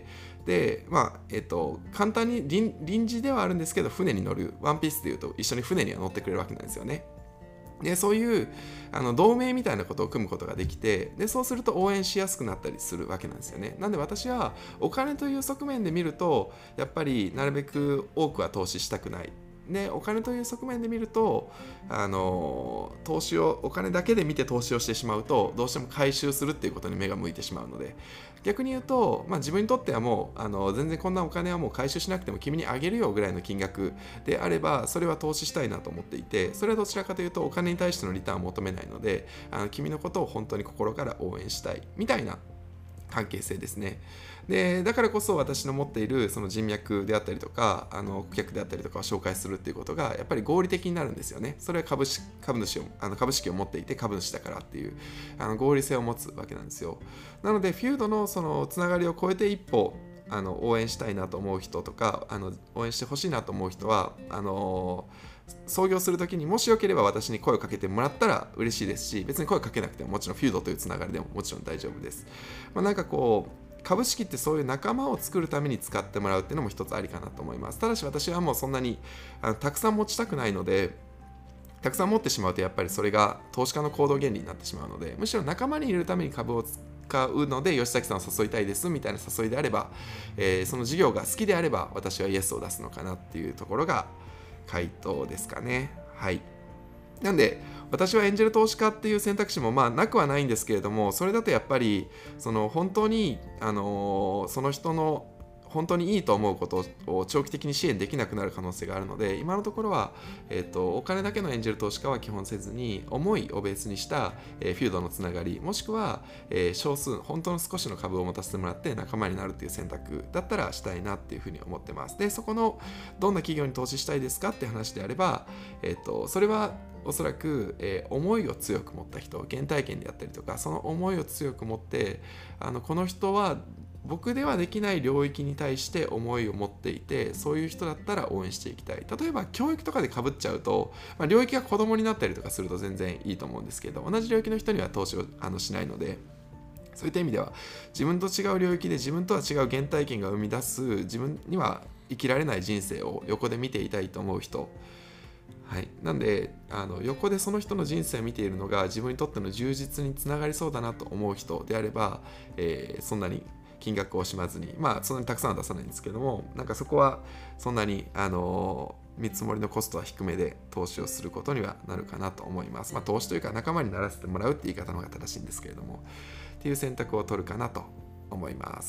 でまあえっと簡単に 臨, 臨時ではあるんですけど、船に乗る、ワンピースでいうと一緒に船には乗ってくれるわけなんですよね。でそういうあの同盟みたいなことを組むことができて、でそうすると応援しやすくなったりするわけなんですよね。なんで私はお金という側面で見ると、やっぱりなるべく多くは投資したくない。でお金という側面で見ると、あの投資をお金だけで見て投資をしてしまうと、どうしても回収するっていうことに目が向いてしまうので、逆に言うと、まあ、自分にとってはもうあの全然こんなお金はもう回収しなくても君にあげるよぐらいの金額であれば、それは投資したいなと思っていて、それはどちらかというとお金に対してのリターンを求めないので、あの君のことを本当に心から応援したいみたいな関係性ですね。でだからこそ私の持っているその人脈であったりとか、あの顧客であったりとかを紹介するっていうことがやっぱり合理的になるんですよね。それは 株, 株主をあの株式を持っていて株主だからっていうあの合理性を持つわけなんですよ。なのでフュードのそのつながりを超えて一歩あの応援したいなと思う人とか、あの応援してほしいなと思う人は、あの創業するときにもしよければ私に声をかけてもらったら嬉しいですし、別に声をかけなくてももちろんフュードというつながりでももちろん大丈夫です。まあ、なんかこう株式ってそういう仲間を作るために使ってもらうっていうのも一つありかなと思います。ただし私はもうそんなにあのたくさん持ちたくないので、たくさん持ってしまうとやっぱりそれが投資家の行動原理になってしまうので、むしろ仲間に入れるために株を使うので吉崎さんを誘いたいですみたいな誘いであれば、えー、その事業が好きであれば私はイエスを出すのかなっていうところが回答ですかね。はい。なんで私はエンジェル投資家っていう選択肢もまあなくはないんですけれども、それだとやっぱりその本当に、あのー、その人の本当にいいと思うことを長期的に支援できなくなる可能性があるので、今のところは、えーと、お金だけのエンジェル投資家は基本せずに、思いをベースにした、えー、フィードのつながり、もしくは、えー、少数本当の少しの株を持たせてもらって仲間になるっていう選択だったらしたいなっていうふうに思ってます。でそこのどんな企業に投資したいですかって話であれば、えーと、それはおそらく、えー、思いを強く持った人、原体験であったりとか、その思いを強く持って、あのこの人は僕ではできない領域に対して思いを持っていて、そういう人だったら応援していきたい。例えば教育とかで被っちゃうと、まあ、領域が子供になったりとかすると全然いいと思うんですけど、同じ領域の人には投資をあのしないので、そういった意味では自分と違う領域で自分とは違う原体験が生み出す、自分には生きられない人生を横で見ていたいと思う人、はい、なんであの横でその人の人生を見ているのが自分にとっての充実につながりそうだなと思う人であれば、えー、そんなに金額を惜しまずに、まあそんなにたくさんは出さないんですけども、なんかそこはそんなにあの見積もりのコストは低めで投資をすることにはなるかなと思います。まあ投資というか仲間にならせてもらうって言い方の方が正しいんですけれども、っていう選択を取るかなと思います。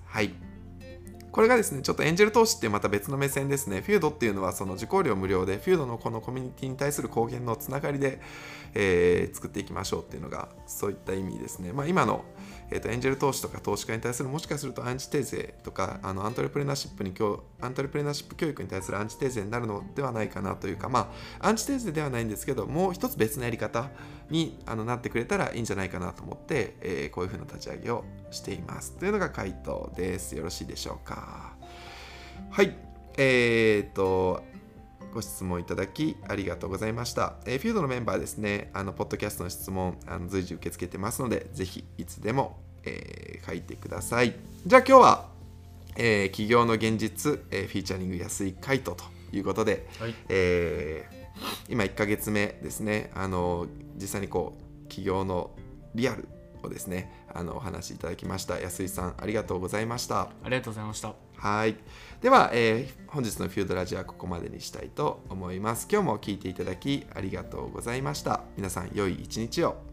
はい。これがですね、ちょっとエンジェル投資っていうまた別の目線ですね。フュードっていうのはその受講料無料で、フュードのこのコミュニティに対する貢献のつながりで、えー、作っていきましょうっていうのがそういった意味ですね。まあ、今の、えーと、エンジェル投資とか投資家に対するもしかするとアンチテーゼとか、あのアントレプレナーシップにアントレプレナーシップ教育に対するアンチテーゼになるのではないかなというか、まあアンチテーゼではないんですけど、もう一つ別のやり方にあのなってくれたらいいんじゃないかなと思って、えー、こういうふうな立ち上げをしていますというのが回答です。よろしいでしょうか。はい、えーとご質問いただきありがとうございました。えー、フィードのメンバーですね、あのポッドキャストの質問あの随時受け付けてますので、ぜひいつでも、えー、書いてください。じゃあ今日は、えー、企業の現実、えー、フィーチャリング安い回答ということで、はい、えー、今いっかげつめですね、あの実際にこう企業のリアルをですね、あのお話しいただきました安井さん、ありがとうございました。 ありがとうございました。 はい。では、えー、本日のフィールドラジオはここまでにしたいと思います。今日も聞いていただきありがとうございました。皆さん良い一日を。